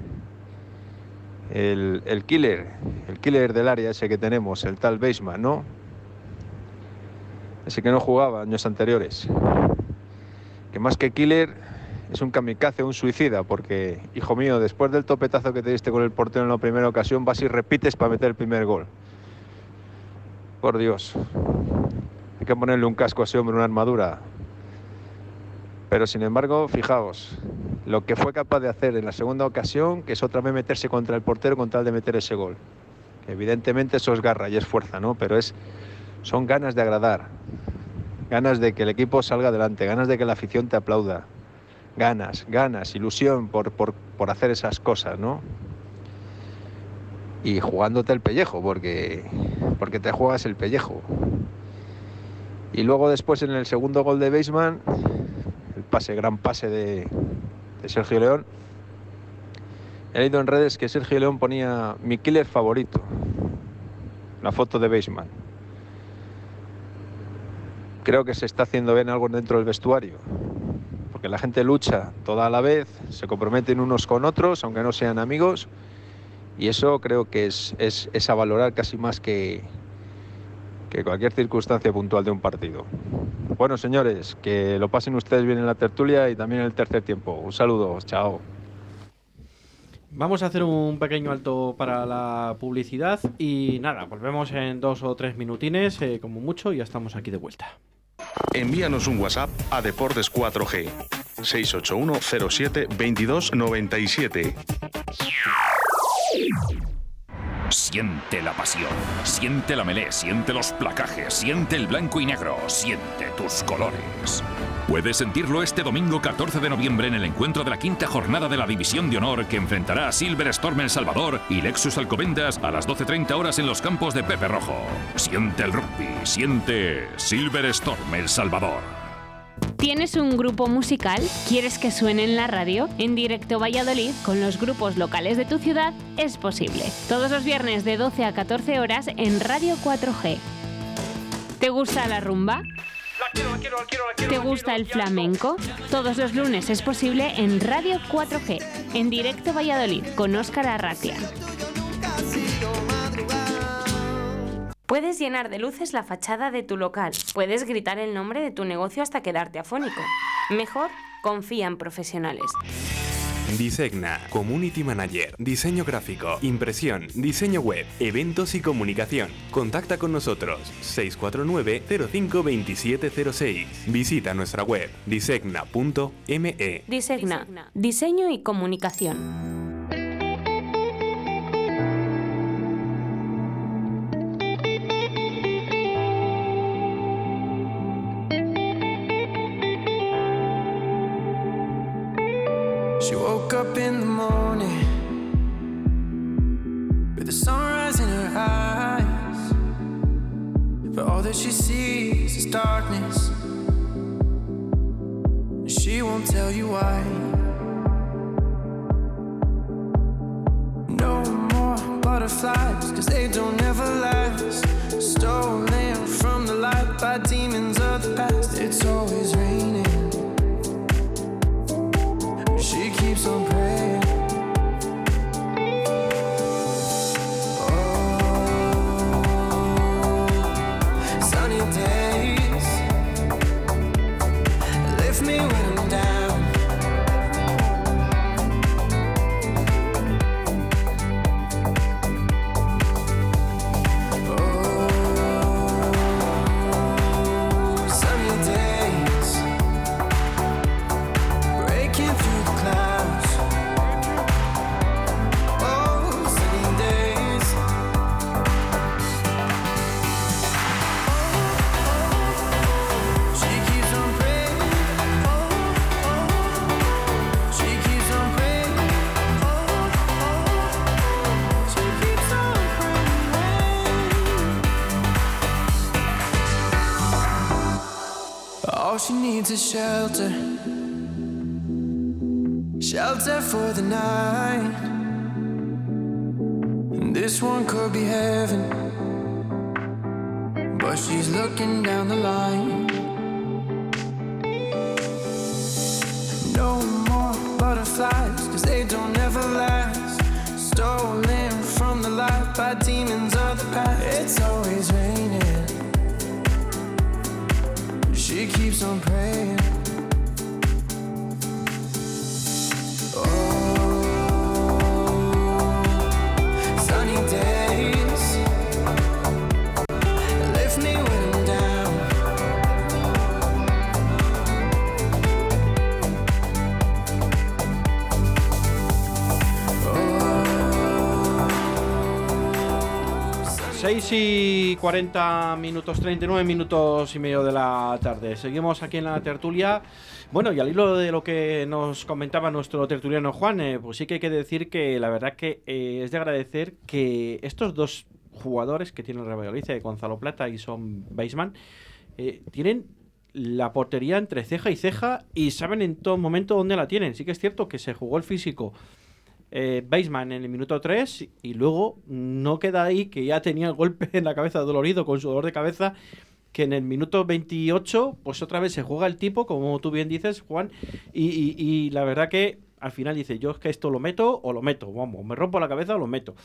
el, el killer, el killer del área ese que tenemos, el tal Baseman, ¿no? Ese que no jugaba años anteriores. que más que killer es un kamikaze, un suicida, porque, hijo mío, después del topetazo que te diste con el portero en la primera ocasión, vas y repites para meter el primer gol. Por Dios. Hay que ponerle un casco a ese hombre, una armadura. Pero sin embargo, fijaos, lo que fue capaz de hacer en la segunda ocasión, que es otra vez meterse contra el portero con tal de meter ese gol. Evidentemente eso es garra y es fuerza, ¿no? Pero es, son ganas de agradar, ganas de que el equipo salga adelante, ganas de que la afición te aplauda, ganas, ganas, ilusión por, por, por hacer esas cosas, ¿no? Y jugándote el pellejo, porque, porque te juegas el pellejo. Y luego después en el segundo gol de Baseman, el pase, gran pase de, de Sergio León. He leído en redes que Sergio León ponía mi killer favorito, la foto de Baseman. Creo que se está haciendo bien algo dentro del vestuario, porque la gente lucha toda a la vez, se comprometen unos con otros, aunque no sean amigos, y eso creo que es, es, es a valorar casi más que, que cualquier circunstancia puntual de un partido. Bueno, señores, que lo pasen ustedes bien en la tertulia y también en el tercer tiempo. Un saludo, chao. Vamos a hacer un pequeño alto para la publicidad y nada, volvemos en dos o tres minutines, eh, como mucho, y ya estamos aquí de vuelta. Envíanos un WhatsApp a Deportes cuatro G seis ocho uno cero siete veintidós noventa y siete. Siente la pasión, siente la melé, siente los placajes, siente el blanco y negro, siente tus colores. Puedes sentirlo este domingo catorce de noviembre en el encuentro de la quinta jornada de la División de Honor, que enfrentará a Silver Storm El Salvador y Lexus Alcobendas a las doce treinta horas en los campos de Pepe Rojo. Siente el rugby, siente Silver Storm El Salvador. ¿Tienes un grupo musical? ¿Quieres que suene en la radio? En Directo Valladolid, con los grupos locales de tu ciudad, es posible. Todos los viernes de doce a catorce horas en Radio cuatro G. ¿Te gusta la rumba? La quiero, la quiero, la quiero, la quiero, ¿Te gusta el flamenco? Todos los lunes es posible en Radio cuatro G, en Directo Valladolid, con Óscar Arratia. Puedes llenar de luces la fachada de tu local. Puedes gritar el nombre de tu negocio hasta quedarte afónico. Mejor, confía en profesionales. Disegna, Community Manager, diseño gráfico, impresión, diseño web, eventos y comunicación. Contacta con nosotros seis cuatro nueve cero cinco dos siete cero seis. Visita nuestra web disegna punto me. Disegna, diseño y comunicación. She woke up in the morning with the sunrise in her eyes, but all that she sees is darkness. She won't tell you why. No more butterflies, cause they don't ever last. Stolen from the light by demons of the past. It's always raining. She keeps on praying. Oh, sunny days lift me when I'm down. Oh, sunny days breaking through the clouds. Oh, sunny days. She keeps on praying. She keeps on praying. She keeps on praying. All she needs is shelter. Shelter for the night. This one could be heaven, but she's looking down the line. No more butterflies, cause they don't ever last. Stolen from the light by demons of the past. It's always raining. She keeps on praying. seis y cuarenta minutos, treinta y nueve minutos y medio de la tarde. Seguimos aquí en la tertulia. Bueno, y al hilo de lo que nos comentaba nuestro tertuliano Juan, eh, pues sí que hay que decir que la verdad que eh, es de agradecer que estos dos jugadores que tiene el Real Valladolid, eh, Gonzalo Plata y Son Weisman, eh, tienen la portería entre ceja y ceja y saben en todo momento dónde la tienen. Sí que es cierto que se jugó el físico eh, Weisman en el minuto tres y luego no queda ahí que ya tenía el golpe en la cabeza dolorido con su dolor de cabeza, que en el minuto veintiocho pues otra vez se juega el tipo, como tú bien dices, Juan, y, y, y la verdad que al final dice, yo es que esto lo meto o lo meto, vamos, me rompo la cabeza o lo meto.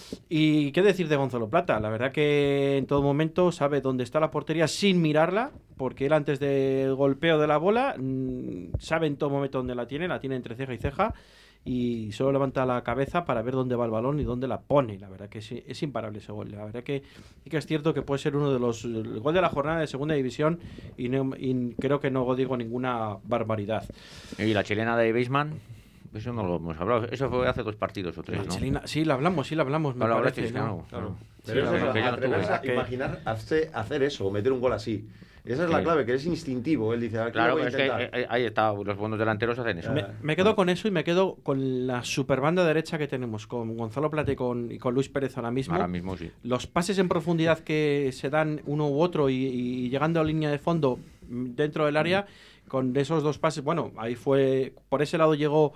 Y qué decir de Gonzalo Plata, la verdad que en todo momento sabe dónde está la portería sin mirarla, porque él antes del golpeo de la bola mmm, sabe en todo momento dónde la tiene, la tiene entre ceja y ceja, y solo levanta la cabeza para ver dónde va el balón y dónde la pone. La verdad que es, es imparable ese gol. La verdad que, que es cierto que puede ser uno de los el gol de la jornada de segunda división y, no, y creo que no digo ninguna barbaridad. Y la chilena de Weisman, eso no lo hemos hablado. Eso fue hace dos partidos o tres, la ¿no? Chilena, sí, la hablamos, sí, la hablamos. Me no, parece, hablaste, ¿no? claro, claro. Pero Sí, eso claro, es, que yo no atreverse tuve. a imaginar hacer, hacer eso, o meter un gol así. Esa es Sí. la clave, que es instintivo. Él dice, aquí Claro, lo voy a es que intentar. eh, ahí está, los buenos delanteros hacen eso. Me, me quedo con eso y me quedo con la super banda derecha que tenemos, con Gonzalo Plata y con, y con Luis Pérez ahora mismo. Ahora mismo sí. Los pases en profundidad que se dan uno u otro y, y llegando a línea de fondo dentro del área, con esos dos pases, bueno, ahí fue, por ese lado llegó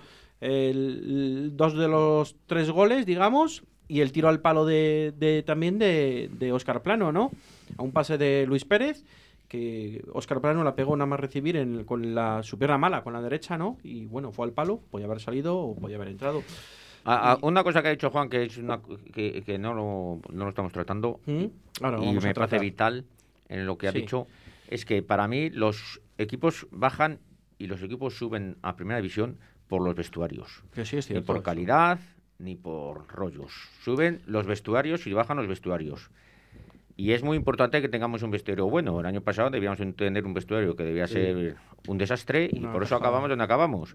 el, el, dos de los tres goles, digamos, y el tiro al palo de, de también de, de Óscar Plano, ¿no? A un pase de Luis Pérez, que Óscar Plano la pegó nada más recibir en, con la su pierna mala, con la derecha, ¿no? Y bueno, fue al palo, podía haber salido o podía haber entrado. A, a, una cosa que ha dicho Juan, que es una que, que no, lo, no lo estamos tratando, ¿Mm? Ahora y vamos me a parece tratar. vital en lo que ha Sí. dicho, es que para mí los equipos bajan y los equipos suben a primera división por los vestuarios. Que sí es Ni cierto. por calidad, ni por rollos. Suben los vestuarios y bajan los vestuarios. Y es muy importante que tengamos un vestuario bueno. El año pasado debíamos tener un vestuario que debía ser un desastre y Una por eso cajada. acabamos donde acabamos.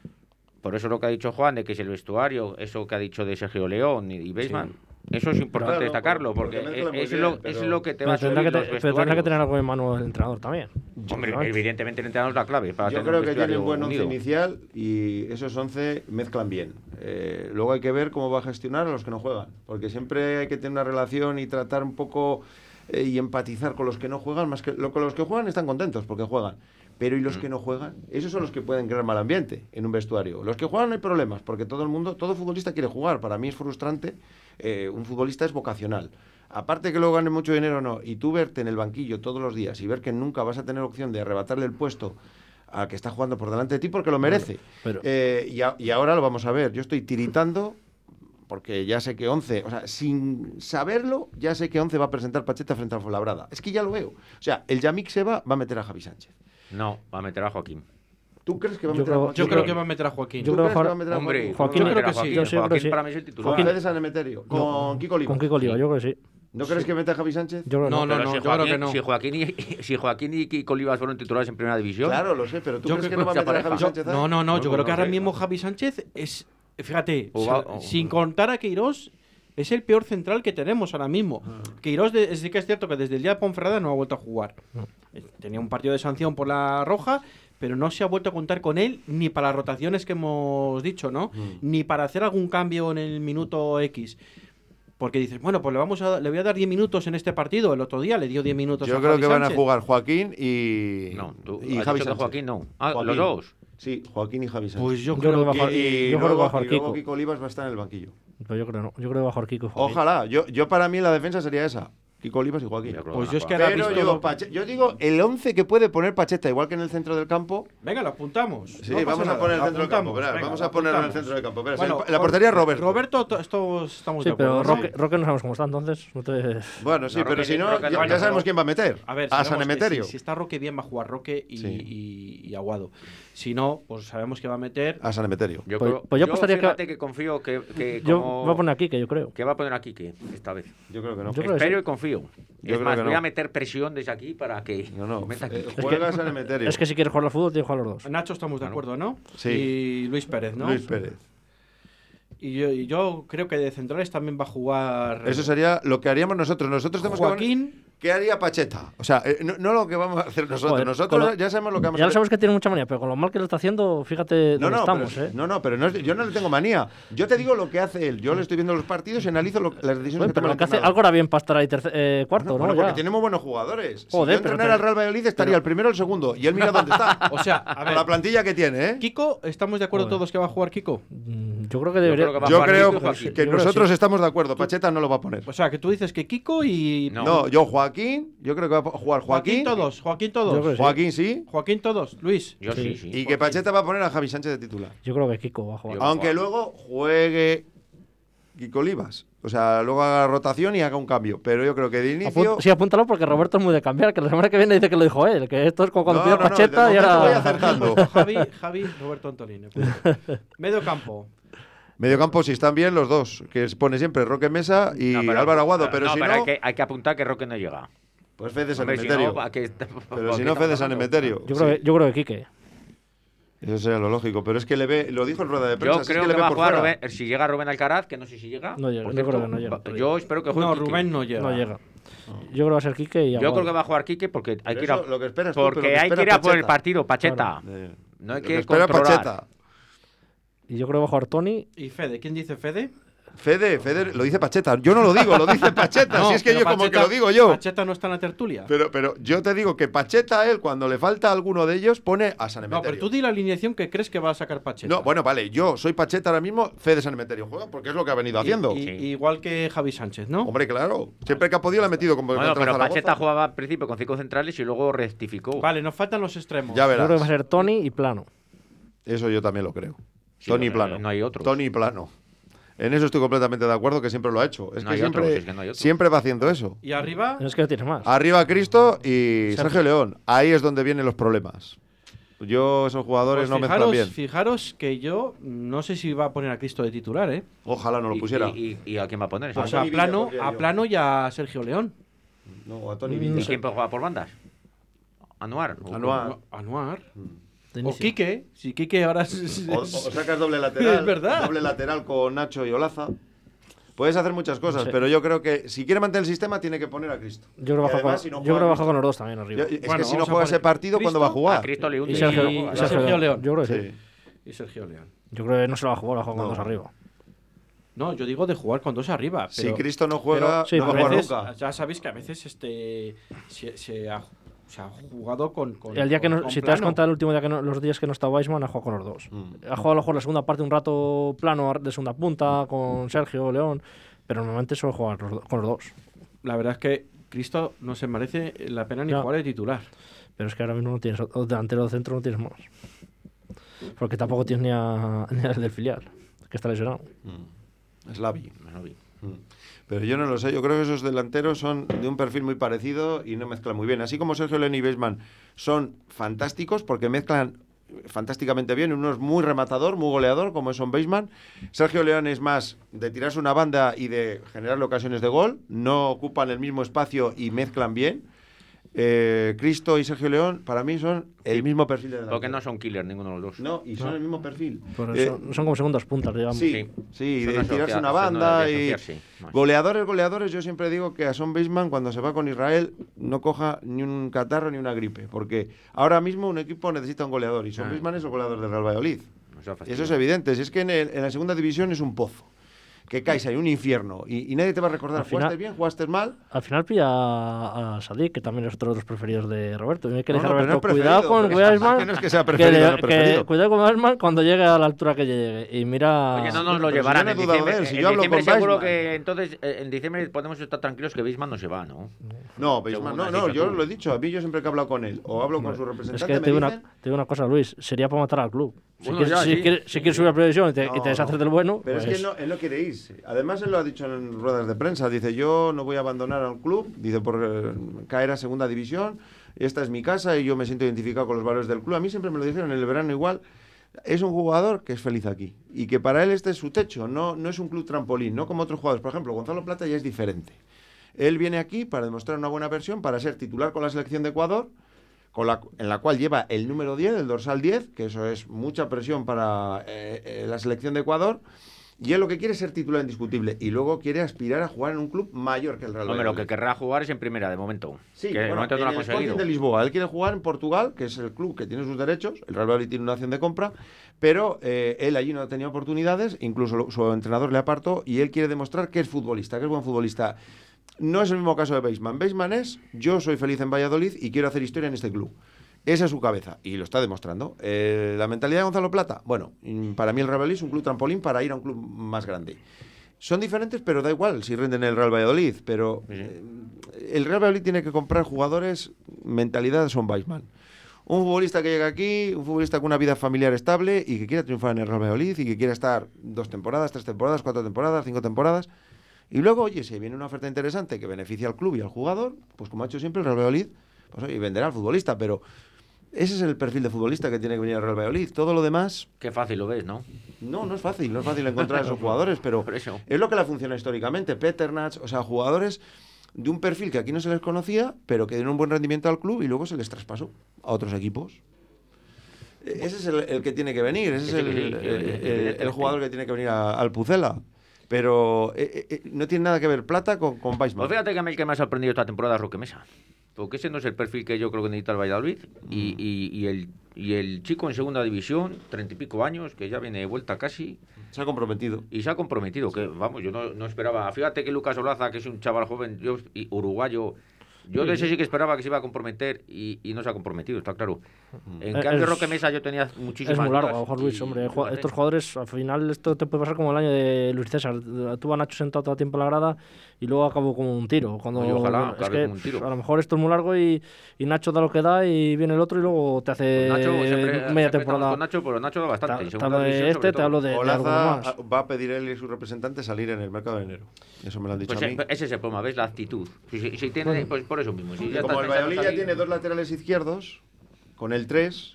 Por eso lo que ha dicho Juan, de que es el vestuario, eso que ha dicho de Sergio León y, y Weisman, eso es importante Claro, destacarlo, porque porque, mezcla muy es, bien, lo, pero- es lo que te Pero va a tendrá, subir que los te- pero tendrá que vestuarios. tener algo en mano el entrenador también. Hombre, Yo- evidentemente el entrenador es la clave para Yo tener creo un que tiene un vestuario buen once unido. inicial y esos once mezclan bien. Eh, luego hay que ver cómo va a gestionar a los que no juegan, porque siempre hay que tener una relación y tratar un poco eh, y empatizar con los que no juegan, más que lo, con los que juegan están contentos porque juegan. Pero ¿y los que no juegan? Esos son los que pueden crear mal ambiente en un vestuario. Los que juegan no hay problemas, porque todo el mundo, todo futbolista quiere jugar. Para mí es frustrante. Eh, un futbolista es vocacional. Aparte que luego gane mucho dinero o no, y tú verte en el banquillo todos los días y ver que nunca vas a tener opción de arrebatarle el puesto al que está jugando por delante de ti porque lo merece. Pero- Eh, y, a- y ahora lo vamos a ver. Yo estoy tiritando porque ya sé que once, o sea, sin saberlo, ya sé que once va a presentar Pacheta frente al Fuenlabrada. Es que ya lo veo. O sea, el Yamik se va, va a meter a Javi Sánchez. No, va a meter a Joaquín. ¿Tú crees que va a Yo meter creo- a Yo Joaquín? creo que va a meter a Joaquín. Yo ¿Tú creo crees que que va a meter a Hombre, Joaquín? Joaquín, va a yo meter creo a que sí, Joaquín. yo sí creo que Joaquín sí. para mí es el titular. Con Fede San Emeterio, con Kiko Olivas. Con Kiko Oliva, yo creo que sí. ¿No crees que meta a Javi Sánchez? Yo creo que No, no. no, Pero no, si yo creo Joaquín, que no. Si Joaquín y, si Joaquín y Kiko Olivas fueron titulares en primera división, Claro, lo sé, pero ¿tú Yo crees creo que no va a que meter a sea Javi pareja. Sánchez? ahí? No, no, no, yo No, creo que no ahora sé. mismo Javi Sánchez es, fíjate, O sin- va- o- sin contar a Queirós, es el peor central que tenemos ahora mismo. Queirós de- sí que es cierto que desde el día de Ponferrada no ha vuelto a jugar. Eh, Tenía un partido de sanción por la roja, pero no se ha vuelto a contar con él ni para las rotaciones que hemos dicho, ¿no? Ni para hacer algún cambio en el minuto X. Porque dices, bueno, pues le vamos a le voy a dar diez minutos en este partido. El otro día le dio diez minutos Yo a creo Javi que van a Sánchez. jugar Joaquín y, No, tú y has Javi dicho que Sánchez. Joaquín no. Ah, Joaquín. ¿los dos? Sí, Joaquín y Javi Sánchez. Pues yo Yo creo creo que que... va a y, y yo creo que luego, va a jugar y luego Kiko. Kiko Olivas va a estar en el banquillo. Pero yo creo no. Yo creo que va a jugar Kiko y Joaquín. Ojalá. Yo, yo para mí la defensa sería esa. Kiko Olivas y Joaquín. Yo creo Pues que yo es van que a ahora Pero visto yo, lo- Pache- yo digo el once que puede poner Pacheta, igual que en el centro del campo. Venga, lo apuntamos. Sí, No pasa vamos a nada, poner el lo centro del campo. apuntamos, verás, venga, vamos lo a ponerlo en el apuntamos. centro del campo. verás, Bueno, el- la portería Roberto. Roberto, to- estos estamos Sí, de pero acuerdo, ¿no? Roque, Roque no sabemos cómo está, entonces. No te... Bueno, sí, No, pero Roque si ni- no, Roque ya, no, ya no, sabemos no. quién va a meter. A ver, a sabemos San que Emeterio. Si, si está Roque bien va a jugar Roque y, Sí. y- y Aguado. Si no, pues sabemos que va a meter... A San Emeterio. Yo, Pues- creo, pues yo yo apostaría que- fíjate que, confío que, que Yo como- voy a poner aquí, que yo creo. que va a poner aquí que esta vez. Yo creo que no. Yo creo que Espero sí. y confío. Yo es creo más, que voy no. a meter presión desde aquí para que No, no. meta aquí. eh, juega a San Emeterio. Es que si quieres jugar al fútbol, tienes que jugar los dos. Nacho estamos de Claro. acuerdo, ¿no? Sí. Y Luis Pérez, ¿no? Luis Pérez. Y yo, y yo creo que de centrales también va a jugar... Eso sería lo que haríamos nosotros. Nosotros tenemos Joaquín... que... ¿Qué haría Pacheta? O sea, eh, no, no lo que vamos a hacer nosotros. Joder, nosotros lo, ya sabemos lo que vamos ya a hacer. Ya sabemos que tiene mucha manía, pero con lo mal que lo está haciendo, fíjate no, dónde no, estamos, pero, ¿eh? No, no, pero no es, yo no le tengo manía. Yo te digo lo que hace él. Yo le estoy viendo los partidos y analizo lo, las decisiones Joder, que pero toma lo que el hace, entrenador. algo era bien para estar ahí tercer, eh, cuarto, bueno, ¿no? Bueno, porque ya. tenemos buenos jugadores. Joder, si yo pero entrenara te... al Real Valladolid estaría pero... el primero o el segundo. Y él mira dónde está. O sea, a ver. Con la plantilla que tiene, ¿eh? Kiko, ¿estamos de acuerdo Joder. todos que va a jugar Kiko? Yo creo que debería... Yo creo que, Yo creo Joaquín. que Yo nosotros creo que sí. estamos de acuerdo. Pacheta no lo va a poner. O sea, que tú dices que Kiko y... No. No, yo Joaquín, yo creo que va a jugar Joaquín Joaquín. todos, Joaquín Yo creo todos. que sí. Joaquín sí. Joaquín todos, Luis. Yo sí, sí. Y que Pacheta va a poner a Javi Sánchez de titular. Yo creo que Kiko va a jugar. Yo- Aunque Juan. luego juegue Kiko Olivas. O sea, luego haga rotación y haga un cambio. Pero yo creo que de inicio... Apun- sí, apúntalo porque Roberto es muy de cambiar, que la semana que viene dice que lo dijo él, que esto es como cuando No, pidió no, no, Pacheta de y momento ahora... voy acertando. Javi, Javi, Roberto Antolini. Medio campo. Medio campo, si están bien los dos, que pone siempre Roque Mesa y No, pero- Álvaro Aguado. Pero no, si pero no, hay, que, hay que apuntar que Roque no llega. pues Fede San Hombre, si Emeterio. no, ¿a qué- Pero ¿a si qué no, Fede estamos San hablando? Emeterio. Yo creo, Sí. que, yo creo que Quique. Eso sería lo lógico. Pero es que le ve, lo dijo en rueda de prensa. Yo es creo que, que, le ve va a por jugar fuera. Rubén, si llega Rubén Alcaraz, que no sé si llega. No llega, por yo creo cierto. que no llega. Va- Yo espero que juegue No, Quique. Rubén no llega. No llega. Yo creo que va a ser Quique y Yo Aguado. creo que va a jugar Quique porque hay Pero que ir a, eso, lo que esperas tú, pero porque lo que hay que espera ir a por el Pacheta. partido, Pacheta. Eh, No hay lo que espera controlar. Pacheta. Y yo creo que va a jugar Tony. ¿Y Fede? ¿Quién dice Fede? Fede, Fede, lo dice Pacheta. Yo no lo digo, lo dice Pacheta. No, si es que pero yo como Pacheta- que lo digo yo. Pacheta no está en la tertulia. Pero, pero yo te digo que Pacheta, él, cuando le falta alguno de ellos, pone a San No, Emeterio. pero tú di la alineación que crees que va a sacar Pacheta. No, bueno, vale, yo soy Pacheta ahora mismo, Fede San Emeterio juega porque es lo que ha venido haciendo. Y- y- Sí. Igual que Javi Sánchez, ¿no? Hombre, claro. Siempre que ha podido le ha metido como Bueno, contra pero Zaragoza. Pacheta jugaba al principio con cinco centrales y luego rectificó. Vale, nos faltan los extremos. Ya Yo creo que va a verás. ser Tony y Plano. Eso yo también lo creo. Sí, Tony pero Plano. no hay otros. Tony Plano. En eso estoy completamente de acuerdo, que siempre lo ha hecho. Es No que, hay siempre, otros, es que no hay otros. siempre va haciendo eso. Y arriba, Es que no tienes más. Arriba Cristo y Sergio. Sergio León. Ahí es donde vienen los problemas. Yo, esos jugadores pues no mezclan fijaros, bien. fijaros que yo no sé si va a poner a Cristo de titular, ¿eh? Ojalá no lo Y- pusiera. Y, y- y a quién va a poner? O sea, a Tony Villa plano, pondría a yo. plano y a Sergio León. No, a Tony Mm, Villa. ¿Y quién puede jugar por bandas? Anuar. o- Anuar. Anuar. De O inicio. Quique. Si Quique ahora es... O, o sacas doble lateral. Es verdad. Doble lateral con Nacho y Olaza. Puedes hacer muchas cosas, Sí. pero yo creo que si quiere mantener el sistema, tiene que poner a Cristo. Yo creo que Y baja, con, además, si no yo juega creo que baja Cristo- con los dos también arriba. Yo- es Bueno, que si no vamos a juega poner ese partido, ¿cuándo va a Cristo, jugar? A Cristo le hunde Y y Sergio, no y juega. Sergio Sergio León. León. Yo creo que sí. Sí. Y Sergio León. Yo creo que no se lo va a jugar, va a jugar con No. dos arriba. No, yo digo de jugar con dos arriba. Si Pero, Cristo no juega, pero sí, no va a a jugar veces, nunca. ya sabéis que a veces este se, se ha, se ha jugado con, con El día que con- no, con si te das Plano. cuenta, el último día que no, los días que no está Weisman, ha jugado con los dos. Mm. Ha jugado a lo mejor la segunda parte un rato Plano de segunda punta con Sergio León, pero normalmente suele jugar los do- con los dos. La verdad es que Cristo no se merece la pena ni Ya. jugar de titular. Pero es que ahora mismo no tienes o- delantero de centro, no tienes más. Porque tampoco tienes ni, a, ni al del filial, que está lesionado. Mm. Slavi. No vi. Mm. Pero yo no lo sé, yo creo que esos delanteros son de un perfil muy parecido y no mezclan muy bien. Así como Sergio León y Weisman son fantásticos porque mezclan fantásticamente bien, uno es muy rematador, muy goleador, como es Son Weisman. Sergio León es más de tirarse una banda y de generar ocasiones de gol, no ocupan el mismo espacio y mezclan bien. Eh, Cristo y Sergio León para mí son el Sí, mismo perfil de delantero. Porque no son killers ninguno de los dos. No, y son No. el mismo perfil. Pero Eh, son, son como segundas puntas, digamos. Sí, Sí. sí, Son de de tirarse asocia- una son banda de y asociarse, más. goleadores, goleadores. Yo siempre digo que a Son Weisman cuando se va con Israel no coja ni un catarro ni una gripe, porque ahora mismo un equipo necesita un goleador y Son Ah. Weisman es el goleador del Real Valladolid. Eso fastidia. Eso es evidente. Si es que en, el- en la segunda división es un pozo, que caes ahí, un infierno y, y nadie te va a recordar. Al final- ¿Jugaste bien? ¿Jugaste mal? Al final pilla a, a Sadik, que también es otro de los preferidos de Roberto. Y hay que No, decir no, a pero no Roberto, es cuidado preferido, con pero es Weisman. que no es que sea que preferido, le- no que- preferido. cuidado con Weisman cuando llegue a la altura que llegue. Y mira. Oye, no nos Pero lo si llevarán yo no en he dudado diciembre. de él, si en yo hablo diciembre con seguro Weisman. que entonces eh, en diciembre podemos estar tranquilos que Weisman no se va, ¿no? No, Weisman, Según no, has no, dicho yo tú. lo he dicho. A mí yo siempre que he hablado con él o hablo con Hombre, su es representante que te digo, me una, dicen... te digo una cosa, Luis. Sería para matar al club. Si, Bueno, quieres, ya, si, sí. quieres, si quieres subir a previsión y te, y No, te deshaces no. del bueno. Pero pues, es que él no, él no quiere irse. Además, él lo ha dicho en ruedas de prensa. Dice, yo no voy a abandonar al club. Dice, por eh, caer a segunda división. Esta es mi casa y yo me siento identificado con los valores del club. A mí siempre me lo dijeron en el verano igual. Es un jugador que es feliz aquí. Y que para él este es su techo. No, no es un club trampolín, no como otros jugadores. Por ejemplo, Gonzalo Plata ya es diferente. Él viene aquí para demostrar una buena versión, para ser titular con la selección de Ecuador, con la, en la cual lleva el número diez, el dorsal diez, que eso es mucha presión para eh, eh, la selección de Ecuador. Y él lo que quiere es ser titular indiscutible. Y luego quiere aspirar a jugar en un club mayor que el Real Hombre, Valladolid. lo que querrá jugar es en primera, de momento. Sí, que de bueno, momento no en lo ha el conseguido. Sporting de Lisboa. Él quiere jugar en Portugal, que es el club que tiene sus derechos. El Real Valladolid tiene una opción de compra, pero eh, él allí no tenía oportunidades. Incluso lo, su entrenador le apartó y él quiere demostrar que es futbolista, que es buen futbolista. No es el mismo caso de Beisman. Beisman es, yo soy feliz en Valladolid y quiero hacer historia en este club. Esa es su cabeza y lo está demostrando. Eh, ¿La mentalidad de Gonzalo Plata? Bueno, para mí el Real Valladolid es un club trampolín para ir a un club más grande. Son diferentes, pero da igual si rinden el Real Valladolid. Pero eh, el Real Valladolid tiene que comprar jugadores, mentalidad son Weissman. Un futbolista que llega aquí, un futbolista con una vida familiar estable y que quiera triunfar en el Real Valladolid y que quiera estar dos temporadas, tres temporadas, cuatro temporadas, cinco temporadas. Y luego, oye, si viene una oferta interesante que beneficia al club y al jugador, pues como ha hecho siempre el Real Valladolid, pues oye, venderá al futbolista, pero ese es el perfil de futbolista que tiene que venir al Real Valladolid. Todo lo demás... Qué fácil lo ves, ¿no? No, no es fácil, no es fácil encontrar a esos jugadores, pero es lo que le ha funcionado históricamente. Peternach, o sea, jugadores de un perfil que aquí no se les conocía, pero que dieron un buen rendimiento al club y luego se les traspasó a otros equipos. Ese es el, el que tiene que venir, ese es el, el, el, el jugador que tiene que venir a, al Pucela. Pero eh, eh, no tiene nada que ver Plata con, con Weissman. Pues fíjate que a mí el que me ha sorprendido esta temporada es Roque Mesa. Porque ese no es el perfil que yo creo que necesita el Valladolid. Mm. Y, y, y, el, y el chico en segunda división, treinta y pico años, que ya viene de vuelta casi. Se ha comprometido. Y se ha comprometido, que vamos, yo no, no esperaba. Fíjate que Lucas Olaza, que es un chaval joven, yo, y uruguayo, yo de ese sí que esperaba que se iba a comprometer y, y no se ha comprometido, está claro. En es, cambio, Roque Mesa yo tenía muchísimas Es muy largo, a lo dudas mejor, Luis, y, hombre. y Estos jugadores, al final, esto te puede pasar como el año de Luis César. Tuvo a Nacho sentado todo el tiempo en la grada y luego acabó como un tiro. Cuando, Oye, ojalá, es claro, que como un tiro. A lo mejor esto es muy largo y, y Nacho da lo que da y viene el otro y luego te hace pues Nacho, siempre, media siempre temporada. Con Nacho, pero Nacho da bastante. Te, te hablo de este, te hablo de, Olaza de algo más. va a pedir él y su representante salir en el mercado de enero. Eso me lo han dicho pues a mí. Ese es el problema, ¿ves? La actitud. Si, si, si tiene, bueno, pues por eso mismo. Si ya como el Valladolid ya tiene dos laterales izquierdos, con el tres,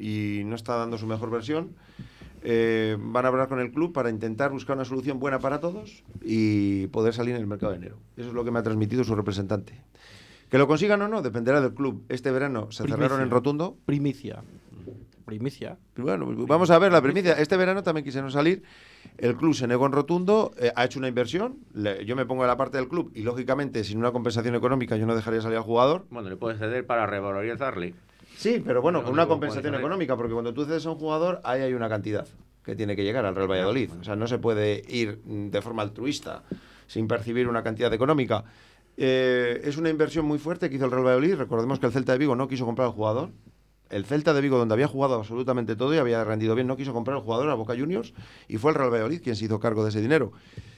y no está dando su mejor versión, eh, van a hablar con el club para intentar buscar una solución buena para todos y poder salir en el mercado de enero. Eso es lo que me ha transmitido su representante. Que lo consigan o no, dependerá del club. Este verano se Primicia. cerraron en rotundo. Primicia. Primicia. Bueno, vamos a ver la primicia. Este verano también quisieron salir. El club se negó en rotundo, eh, ha hecho una inversión. Le, yo me pongo de la parte del club y, lógicamente, sin una compensación económica yo no dejaría salir al jugador. Bueno, le puedes ceder para revalorizarle. Sí, pero bueno, no, con no una compensación económica, porque cuando tú cedes a un jugador, ahí hay una cantidad que tiene que llegar al Real Valladolid. O sea, no se puede ir de forma altruista sin percibir una cantidad económica. Eh, es una inversión muy fuerte que hizo el Real Valladolid. Recordemos que el Celta de Vigo no quiso comprar al jugador. El Celta de Vigo, donde había jugado absolutamente todo y había rendido bien, no quiso comprar al jugador a Boca Juniors y fue el Real Valladolid quien se hizo cargo de ese dinero.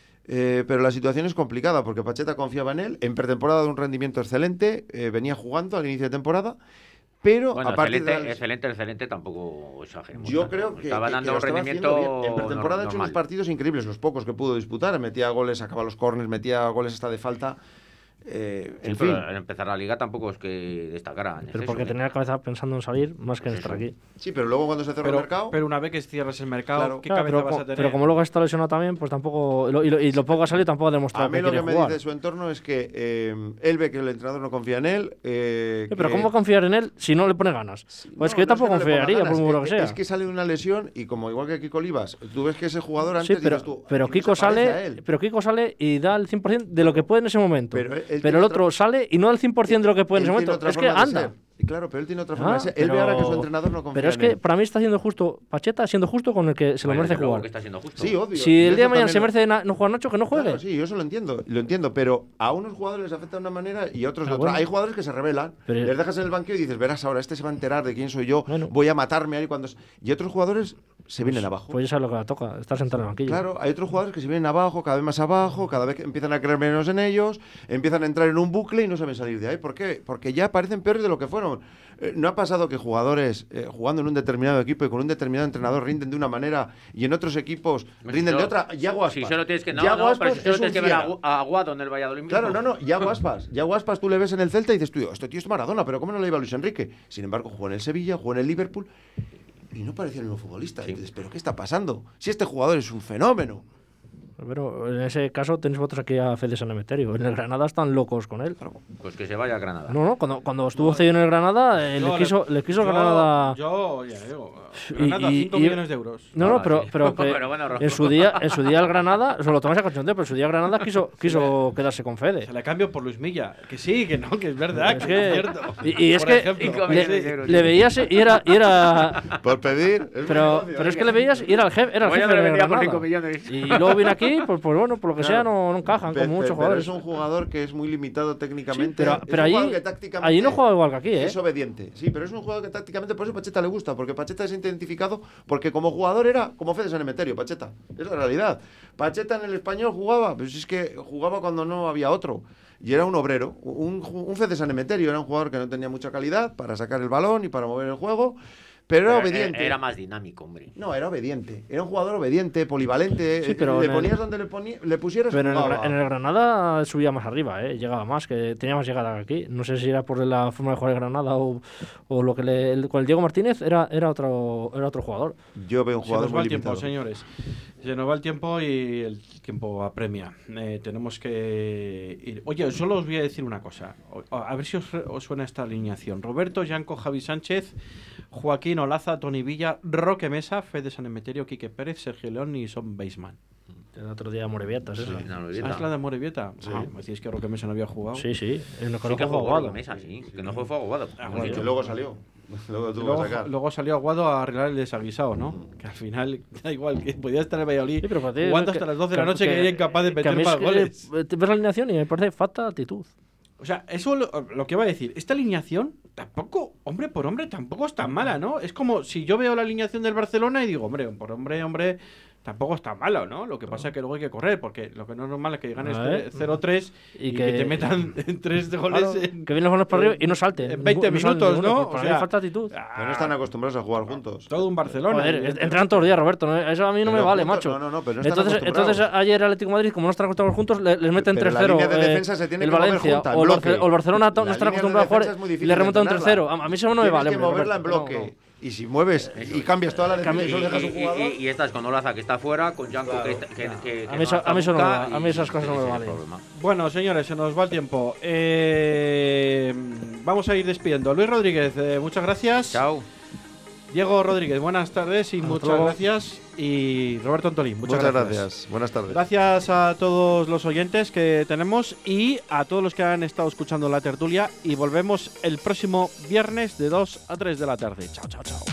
Eh, pero la situación es complicada porque Pacheta confiaba en él, en pretemporada de un rendimiento excelente, eh, venía jugando al inicio de temporada, pero bueno, a partir excelente, de... excelente, excelente, tampoco exageremos. Yo creo que, estaba que, dando que un rendimiento bien. En pretemporada ha hecho normal. unos partidos increíbles, los pocos que pudo disputar, metía goles, sacaba los córneres, metía goles hasta de falta. Eh, sí, en pero fin. al empezar la liga tampoco es que destacara. Pero eso, porque ¿eh? tenía la cabeza pensando en salir más que en Pues estar aquí. Sí, pero luego cuando se cerró pero, el mercado... Pero una vez que cierres el mercado, Claro. ¿qué Claro, cabeza pero, vas a co- tener? pero como luego está lesionado también, pues tampoco... Y lo, y lo, y lo poco ha salido tampoco ha demostrado A mí que lo quiere que me jugar. dice su entorno es que eh, él ve que el entrenador no confía en él. Eh, Sí, pero que- ¿cómo confiar en él si no le pone ganas? Pues No, es que yo no tampoco que no le ponga confiaría, ganas, por muy bueno es, que sea. es que sale de una lesión y como igual que Kiko Olivas, tú ves que ese jugador Sí, antes pero, dices tú, pero "Aquí no Kiko se parece a sale, él". pero Kiko sale y da el cien por ciento de lo que puede en ese momento. Pero Pero, él- él tiene el otro otra- sale y no da el cien por ciento de lo que puede en Él ese tiene momento. otra Es que forma de anda. ser. Y claro, pero él tiene otra forma Ah, de ser. Él ve pero- ahora que su entrenador no confía Pero es en que él. para mí está siendo justo, Pacheta siendo justo con el que se lo Bueno, merece desde luego jugar. que está siendo justo. Sí, obvio. Si y el eso día de mañana también se lo- merece na- no jugar Nacho, que no juegue. Claro, sí, yo eso lo entiendo, lo entiendo, pero a unos jugadores les afecta de una manera y a otros de Ah, otra. bueno. Hay jugadores que se rebelan, Pero- les dejas en el banquillo y dices, verás ahora, este se va a enterar de quién soy yo, Bueno. voy a matarme ahí cuando... Y otros jugadores se vienen abajo. Pues eso es lo que le toca, estar sentado en el banquillo. Claro, hay otros jugadores que se vienen abajo, cada vez más abajo, cada vez que empiezan a creer menos en ellos, empiezan a entrar en un bucle y no saben salir de ahí. ¿Por qué? Porque ya parecen peores de lo que fueron. Eh, no ha pasado que jugadores eh, jugando en un determinado equipo y con un determinado entrenador rinden de una manera y en otros equipos rinden Si de solo- otra. Yago Aspas. Si solo tienes que, no, Yago no, Aspas pero si solo es un tienes que ver a, fiera. Agu- a Aguado en el Valladolid mismo. Claro, no, no, Yago Aspas. Yago Aspas tú le ves en el Celta y dices tú, este tío es Maradona, pero ¿cómo no le iba a Luis Enrique? Sin embargo, jugó en el Sevilla, jugó en el Liverpool y no parecía el mismo futbolista. Y dices, ¿pero qué está pasando? Si este jugador es un fenómeno. Pero en ese caso tenéis vosotros aquí a Fede San Emeterio. En el Granada están locos con él. Pues que se vaya a Granada. No, no, cuando, cuando estuvo no, cedido en el Granada, eh, le quiso, le quiso yo, Granada. Yo, ya digo, Granada, cinco millones de euros. No, no, pero, pero, que pero bueno, en, su día, en su día el Granada, se lo tomáis a cachondeo, pero en su día el Granada quiso, quiso le, quedarse con Fede. Se le cambio por Luis Milla. Que sí, que no, que es verdad, es que, que es cierto. Y, y es que ejemplo, le, le veías y era. Y era por pedir. Pero, negocio, pero es que le veías y era el jefe, era el jefe de Granada. Y luego viene aquí, pues, pues bueno, por lo que claro. sea, no, no encajan pe, con muchos pe, jugadores. Pero es un jugador que es muy limitado técnicamente. Sí, pero pero allí, allí no juega igual que aquí, ¿eh? Es obediente, sí, pero es un jugador que tácticamente, por eso Pacheta le gusta, porque Pacheta es identificado, porque como jugador era como Fede San Emeterio, Pacheta. Es la realidad. Pacheta en el Español jugaba, pues es que jugaba cuando no había otro. Y era un obrero, un, un Fede San Emeterio, era un jugador que no tenía mucha calidad para sacar el balón y para mover el juego. Pero era pero obediente. Era más dinámico, hombre. No, era obediente. Era un jugador obediente, polivalente. Sí, pero le ponías el... donde le, poní... le pusieras. Pero en el, en el Granada subía más arriba, ¿eh? Llegaba más, que tenía más llegada aquí. No sé si era por la forma de jugar el Granada o, o lo que le. El, con el Diego Martínez era, era, otro, era otro jugador. Yo veo un jugador Se nos va muy el tiempo, limitado. señores. Se nos va el tiempo y el tiempo apremia. Eh, tenemos que ir. Oye, solo os voy a decir una cosa. A ver si os, os suena esta alineación. Roberto, Yanko, Javi Sánchez, Joaquín Olaza, Toni Villa, Roque Mesa, Fede San Emeterio, Quique Pérez, Sergio León y Son Baseman. El otro día Morevieta, ¿sí? Sí, no, ¿Ah, es la de Morevieta? Sí. Ah, me decís que Roque Mesa no había jugado. Sí, sí. El sí que jugó Roque Mesa, sí. Que no fue Aguado. Ah, bueno, que luego salió. Luego, luego, luego salió Aguado a arreglar el desaguisado, ¿no? Mm. Que al final, da igual, que podía estar en Valladolid sí, jugando hasta que, las doce de la noche que, que era incapaz de meter más goles. Te ves la alineación y me parece falta actitud. O sea, eso lo, lo que iba a decir. Esta alineación tampoco, hombre por hombre, tampoco es tan mala, ¿no? Es como si yo veo la alineación del Barcelona y digo, hombre, por hombre, hombre, tampoco está malo, ¿no? Lo que pasa es que luego hay que correr, porque lo que no es normal es que ganes cero tres y, y que, que te metan tres goles. Claro, en, que vienen los goles por arriba y no salten. En veinte no minutos, ninguno, ¿no? O sea, falta actitud. Pero no están acostumbrados a jugar juntos. Todo un Barcelona. Joder, entrenan todos los días, Roberto. ¿no? Eso a mí no pero me vale, juntos, macho. No, no, no, pero no están entonces, entonces ayer el Atlético de Madrid, como no están acostumbrados juntos, les, les meten tres cero. La línea de defensa eh, se tiene el que Valencia mover junta, o, el bloque. o el Barcelona no están acostumbrados a jugar y le remontan tres cero. A mí eso no me vale. Tienes que moverla en bloque. Y si mueves y cambias toda la defensa y solo dejas un jugador. Y, y, y estás con Olaza que está fuera, con Yanko claro, que, que, claro. que, que a, mí eso, a, mí eso no me va, a mí esas cosas no me valen. Bueno, señores, se nos va el tiempo. Eh, vamos a ir despidiendo. Luis Rodríguez, eh, muchas gracias. Chao. Diego Rodríguez, buenas tardes y Hasta muchas luego. gracias. Y Roberto Antolín, muchas, muchas gracias. gracias. Buenas tardes. Gracias a todos los oyentes que tenemos y a todos los que han estado escuchando la tertulia. Y volvemos el próximo viernes de dos a tres de la tarde. Chao, chao, chao.